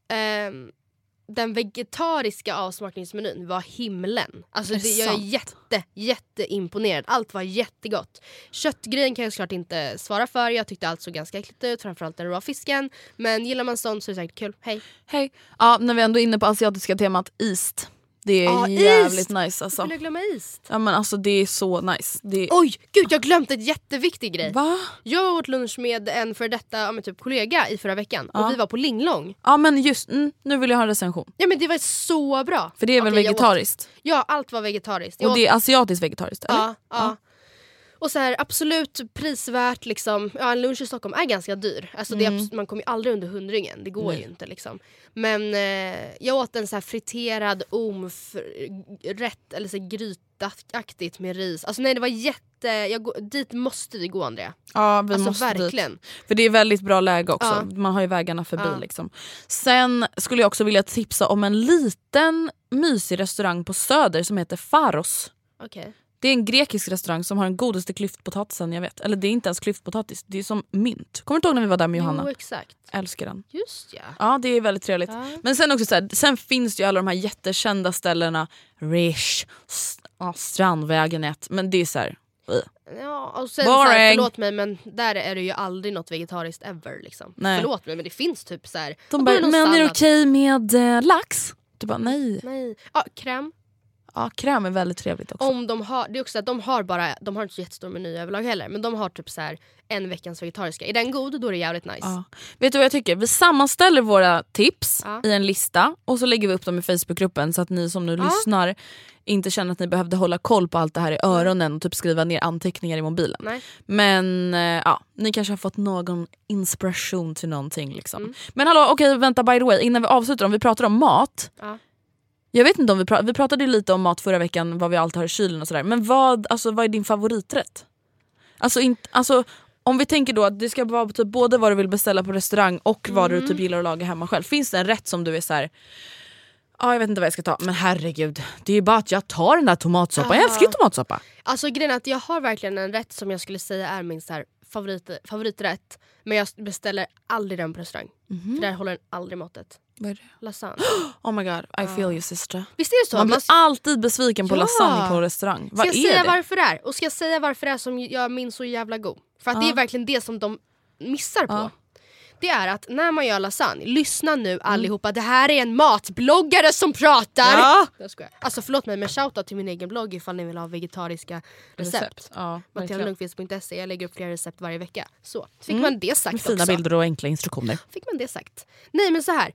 Speaker 9: den vegetariska avsmakningsmenyn var himlen. Alltså jag är jätteimponerad. Allt var jättegott. Köttgrejen kan jag såklart inte svara för. Jag tyckte allt såg ganska äckligt ut. Framförallt den raw fisken. Men gillar man sånt så är det säkert kul. Hej.
Speaker 8: Ja, när vi ändå är inne på asiatiska temat, East. Det är jävligt nice alltså.
Speaker 9: Jag vill glömma is.
Speaker 8: Ja men alltså det är så nice.
Speaker 9: Oj, gud jag glömde ett jätteviktig grej.
Speaker 8: Va?
Speaker 9: Jag åt lunch med en för detta typ kollega i förra veckan. Och vi var på Linglong.
Speaker 8: Ja men just, nu vill jag ha en recension.
Speaker 9: Ja men det var så bra.
Speaker 8: För det är väl vegetariskt?
Speaker 9: Ja, allt var vegetariskt.
Speaker 8: Och det är asiatiskt vegetariskt, eller?
Speaker 9: Ja. Och så här, absolut prisvärt liksom. Ja, en lunch i Stockholm är ganska dyr. Alltså man kommer ju aldrig under 100-ringen. Det går ju inte liksom. Men jag åt en så här friterad rätt eller så här grytaktigt med ris. Alltså nej, det var dit måste vi gå, Andrea.
Speaker 8: Ja, vi
Speaker 9: alltså,
Speaker 8: måste
Speaker 9: verkligen.
Speaker 8: Dit. För det är väldigt bra läge också. Man har ju vägarna förbi liksom. Sen skulle jag också vilja tipsa om en liten mysig restaurang på Söder som heter Faros.
Speaker 9: Okej.
Speaker 8: Det är en grekisk restaurang som har den godaste klyftpotatisen jag vet. Eller det är inte ens klyftpotatis, det är som mint. Kommer du ihåg när vi var där med Johanna?
Speaker 9: Jo, exakt.
Speaker 8: Älskar den.
Speaker 9: Just ja.
Speaker 8: Ja, det är väldigt trevligt. Men sen också så här, sen finns det ju alla de här jättekända ställena. Rish, Strandvägen 1. Men det är så här.
Speaker 9: Ja, och sen så här, förlåt mig, men där är det ju aldrig något vegetariskt ever liksom.
Speaker 8: Nej.
Speaker 9: Förlåt mig, men det finns typ så här.
Speaker 8: De bara, men är det okej med lax? Du bara, nej.
Speaker 9: Ja, kräm.
Speaker 8: Ja, kräm är väldigt trevligt också.
Speaker 9: Om de har, det är också att de har inte så jättestor meny överlag heller, men de har typ så här en veckans vegetariska. Är den god, då är det jävligt nice.
Speaker 8: Ja. Vet du vad jag tycker? Vi sammanställer våra tips i en lista och så lägger vi upp dem i Facebookgruppen så att ni som nu lyssnar inte känner att ni behövde hålla koll på allt det här i öronen och typ skriva ner anteckningar i mobilen.
Speaker 9: Nej.
Speaker 8: Men ni kanske har fått någon inspiration till någonting liksom. Men hallå, okej, vänta, by the way, innan vi avslutar, om vi pratar om mat. Jag vet inte om vi pratade lite om mat förra veckan, vad vi alltid har i kylen och sådär. Men vad är din favoriträtt? Alltså om vi tänker då att det ska vara typ både vad du vill beställa på restaurang och vad du typ gillar att laga hemma själv. Finns det en rätt som du är så här: jag vet inte vad jag ska ta, men herregud, det är ju bara att jag tar den där tomatsoppan. Jag älskar ju tomatsoppa.
Speaker 9: Alltså grejen är att jag har verkligen en rätt som jag skulle säga är min så här favoriträtt. Men jag beställer aldrig den på restaurang. För där håller den aldrig måttet.
Speaker 8: Vad är det?
Speaker 9: Lasagne.
Speaker 8: Oh my god, I feel you sister.
Speaker 9: Visst är det så?
Speaker 8: Man blir alltid besviken på lasagne på restaurang. Vad
Speaker 9: ska jag säga varför det är? Och ska jag säga varför det är som jag minns så jävla god? För att det är verkligen det som de missar på. Det är att när man gör lasagne, lyssna nu allihopa, det här är en matbloggare som pratar. Jag skojar. Alltså förlåt mig, men shoutout till min egen blogg ifall ni vill ha vegetariska recept. MattianaLundqvist.se. Jag lägger upp flera recept varje vecka. Så fick man det sagt också.
Speaker 8: Fina bilder och enkla instruktioner.
Speaker 9: Fick man det sagt. Nej men så här.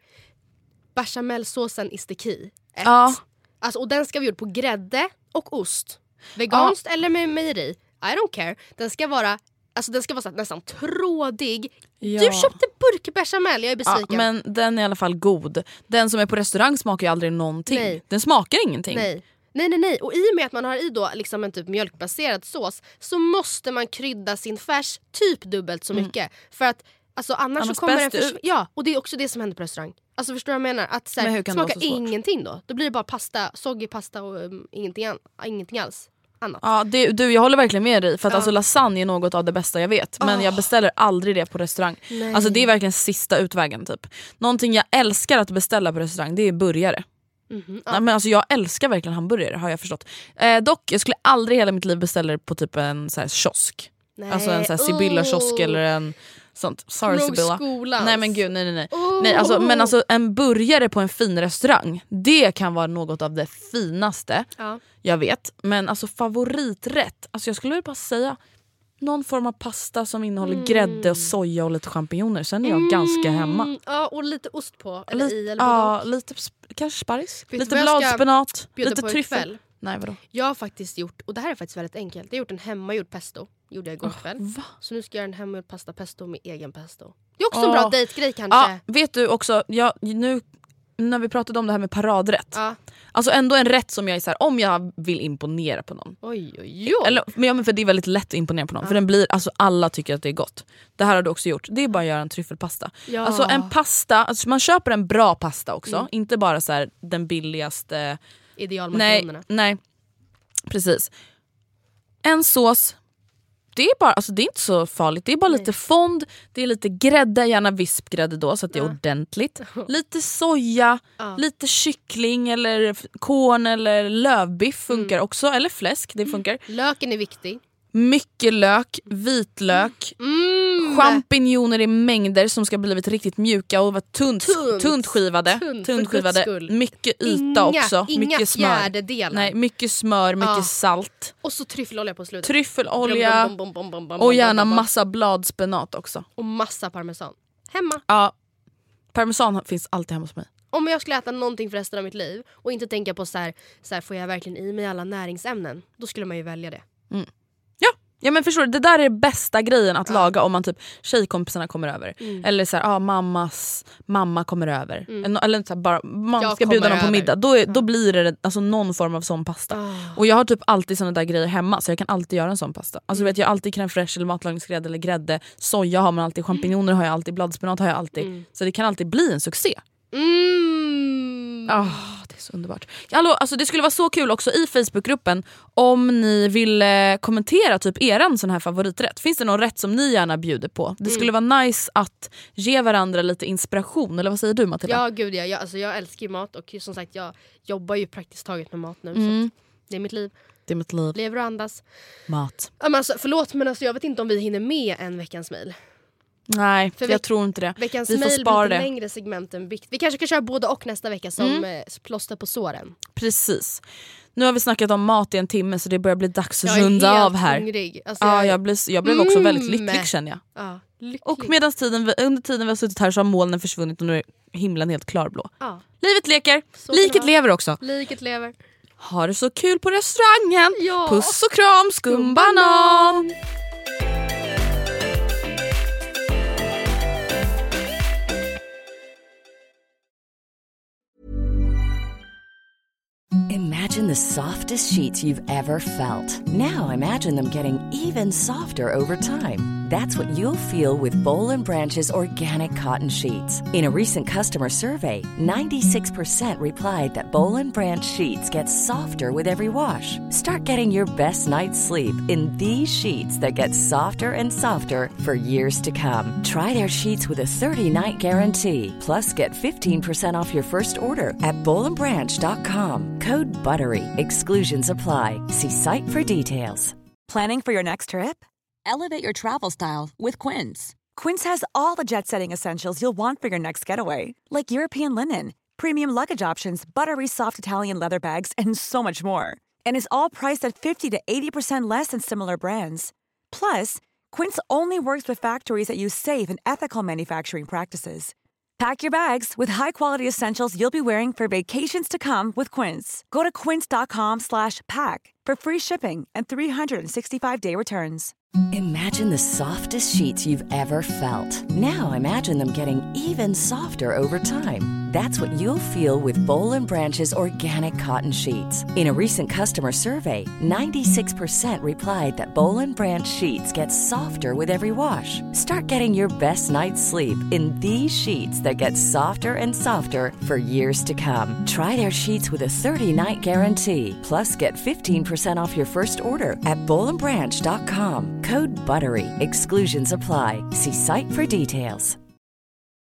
Speaker 9: Bechamelsåsen is the key. Alltså, och den ska vi göra på grädde och ost. Veganskt eller med mejeri. I don't care. Den ska vara så nästan trådig. Du köpte burkbechamel, jag är besviken.
Speaker 8: Men den är i alla fall god. Den som är på restaurang smakar ju aldrig någonting. Nej. Den smakar ingenting.
Speaker 9: Nej. Och i och med att man har i då liksom en typ mjölkbaserad sås så måste man krydda sin färs typ dubbelt så mycket. För att alltså, annars så kommer den och det är också det som händer på restaurang. Alltså förstår du vad jag menar? Att så här, smakar ingenting då. Då blir det bara pasta, soggy pasta och ingenting alls. Annat.
Speaker 8: Ja, jag håller verkligen med dig. För att alltså, lasagne är något av det bästa jag vet. Men jag beställer aldrig det på restaurang. Alltså det är verkligen sista utvägen typ. Någonting jag älskar att beställa på restaurang, det är burgare. Nej, men alltså, jag älskar verkligen hamburgare, har jag förstått. Dock, jag skulle aldrig i hela mitt liv beställa det på typ en så här kiosk. Nej. Alltså en så här Sibylla-kiosk eller en sånt. Sorry Sibylla. Nej men gud, nej. Nej alltså, men alltså en burgare på en fin restaurang, det kan vara något av det finaste jag vet. Men alltså favoriträtt, alltså jag skulle väl bara säga någon form av pasta som innehåller grädde och soja och lite champinjoner. Sen är jag ganska hemma.
Speaker 9: Ja, och lite ost på. Eller
Speaker 8: lite kanske sparris. Lite bladspenat. Lite tryffel.
Speaker 9: Nej, vadå? Jag har faktiskt gjort, och det här är faktiskt väldigt enkelt, jag har gjort en hemmagjord pesto. Gjorde jag igår kväll. Så nu ska jag göra en hemmagjord pasta pesto med egen pesto. Det är också en bra dejtgrej kanske.
Speaker 8: Ja, vet du också, nu när vi pratade om det här med paradrätt. Alltså ändå en rätt som jag är så här, om jag vill imponera på någon.
Speaker 9: Oj.
Speaker 8: Eller, men för det är väldigt lätt att imponera på någon. För den blir, alltså alla tycker att det är gott. Det här har du också gjort. Det är bara att göra en tryffelpasta. Alltså en pasta, alltså man köper en bra pasta också. Inte bara så här den billigaste
Speaker 9: idealmakaronerna.
Speaker 8: Nej, precis. En sås, det är bara, alltså det är inte så farligt. Det är bara lite fond, det är lite grädde, gärna vispgrädde då så att det är ordentligt. Lite soja, lite kyckling eller korn eller lövbiff funkar också, eller fläsk, det funkar.
Speaker 9: Löken är viktig.
Speaker 8: Mycket lök, vitlök, champinjoner i mängder som ska blivit riktigt mjuka och vara tunt skivade. Mycket yta också.
Speaker 9: Inga
Speaker 8: mycket smör.
Speaker 9: Fjärdedelar.
Speaker 8: Nej, mycket smör, mycket salt.
Speaker 9: Och så tryffelolja på slutet.
Speaker 8: Tryffelolja. Och gärna massa bladspenat också.
Speaker 9: Och massa parmesan. Hemma.
Speaker 8: Ja, parmesan finns alltid hemma hos mig.
Speaker 9: Om jag skulle äta någonting för resten av mitt liv och inte tänka på så här, får jag verkligen i mig alla näringsämnen, då skulle man ju välja det.
Speaker 8: Ja men förstår du, det där är bästa grejen att laga om man typ tjejkompisarna kommer över. Eller så här, mamma kommer över. Eller så här, bara man ska bjuda någon på middag. Då blir det alltså någon form av sån pasta. Och jag har typ alltid såna där grejer hemma, så jag kan alltid göra en sån pasta. Alltså vet jag har alltid crème fraîche eller matlagningsgrädde eller grädde. Soja har man alltid, champinjoner har jag alltid, bladspenat har jag alltid. Så det kan alltid bli en succé. Det är så underbart. Alltså det skulle vara så kul också i Facebookgruppen om ni vill kommentera typ eran sån här favoriträtt. Finns det någon rätt som ni gärna bjuder på? Det skulle vara nice att ge varandra lite inspiration. Eller vad säger du, Matilda?
Speaker 9: Ja gud ja, jag älskar ju mat och som sagt jag jobbar ju praktiskt taget med mat nu så det är mitt liv.
Speaker 8: Det är mitt liv.
Speaker 9: Lever och andas.
Speaker 8: Mat.
Speaker 9: Alltså, förlåt men alltså, jag vet inte om vi hinner med en veckans mejl.
Speaker 8: Nej, för jag tror inte det.
Speaker 9: Veckans
Speaker 8: vi får spara det.
Speaker 9: Längre segment än vikt. Vi kanske kan köra både och nästa vecka som plåster på såren.
Speaker 8: Precis. Nu har vi snackat om mat i en timme så det börjar bli dags att runda av här.
Speaker 9: Hungrig. Alltså,
Speaker 8: jag blev också väldigt lycklig känner jag.
Speaker 9: Ja, lycklig.
Speaker 8: Och under tiden vi har suttit här så har molnen försvunnit och nu är himlen helt klarblå.
Speaker 9: Ja.
Speaker 8: Livet leker. Liket lever också.
Speaker 9: Liket lever.
Speaker 8: Ha det så kul på restaurangen.
Speaker 9: Ja.
Speaker 8: Puss och kram, skumbanan.
Speaker 10: Imagine the softest sheets you've ever felt. Now imagine them getting even softer over time. That's what you'll feel with Boll & Branch's organic cotton sheets. In a recent customer survey, 96% replied that Boll & Branch sheets get softer with every wash. Start getting your best night's sleep in these sheets that get softer and softer for years to come. Try their sheets with a 30-night guarantee. Plus, get 15% off your first order at bollandbranch.com. Code BUTTERY. Exclusions apply. See site for details.
Speaker 11: Planning for your next trip? Elevate your travel style with Quince. Quince has all the jet-setting essentials you'll want for your next getaway, like European linen, premium luggage options, buttery soft Italian leather bags, and so much more. And is all priced at 50 to 80% less than similar brands. Plus, Quince only works with factories that use safe and ethical manufacturing practices. Pack your bags with high-quality essentials you'll be wearing for vacations to come with Quince. Go to quince.com/pack for free shipping and 365-day returns.
Speaker 10: Imagine the softest sheets you've ever felt. Now imagine them getting even softer over time. That's what you'll feel with Boll & Branch's organic cotton sheets. In a recent customer survey, 96% replied that Boll & Branch sheets get softer with every wash. Start getting your best night's sleep in these sheets that get softer and softer for years to come. Try their sheets with a 30-night guarantee. Plus, get 15% off your first order at bollandbranch.com. Code BUTTERY. Exclusions apply. See site for details.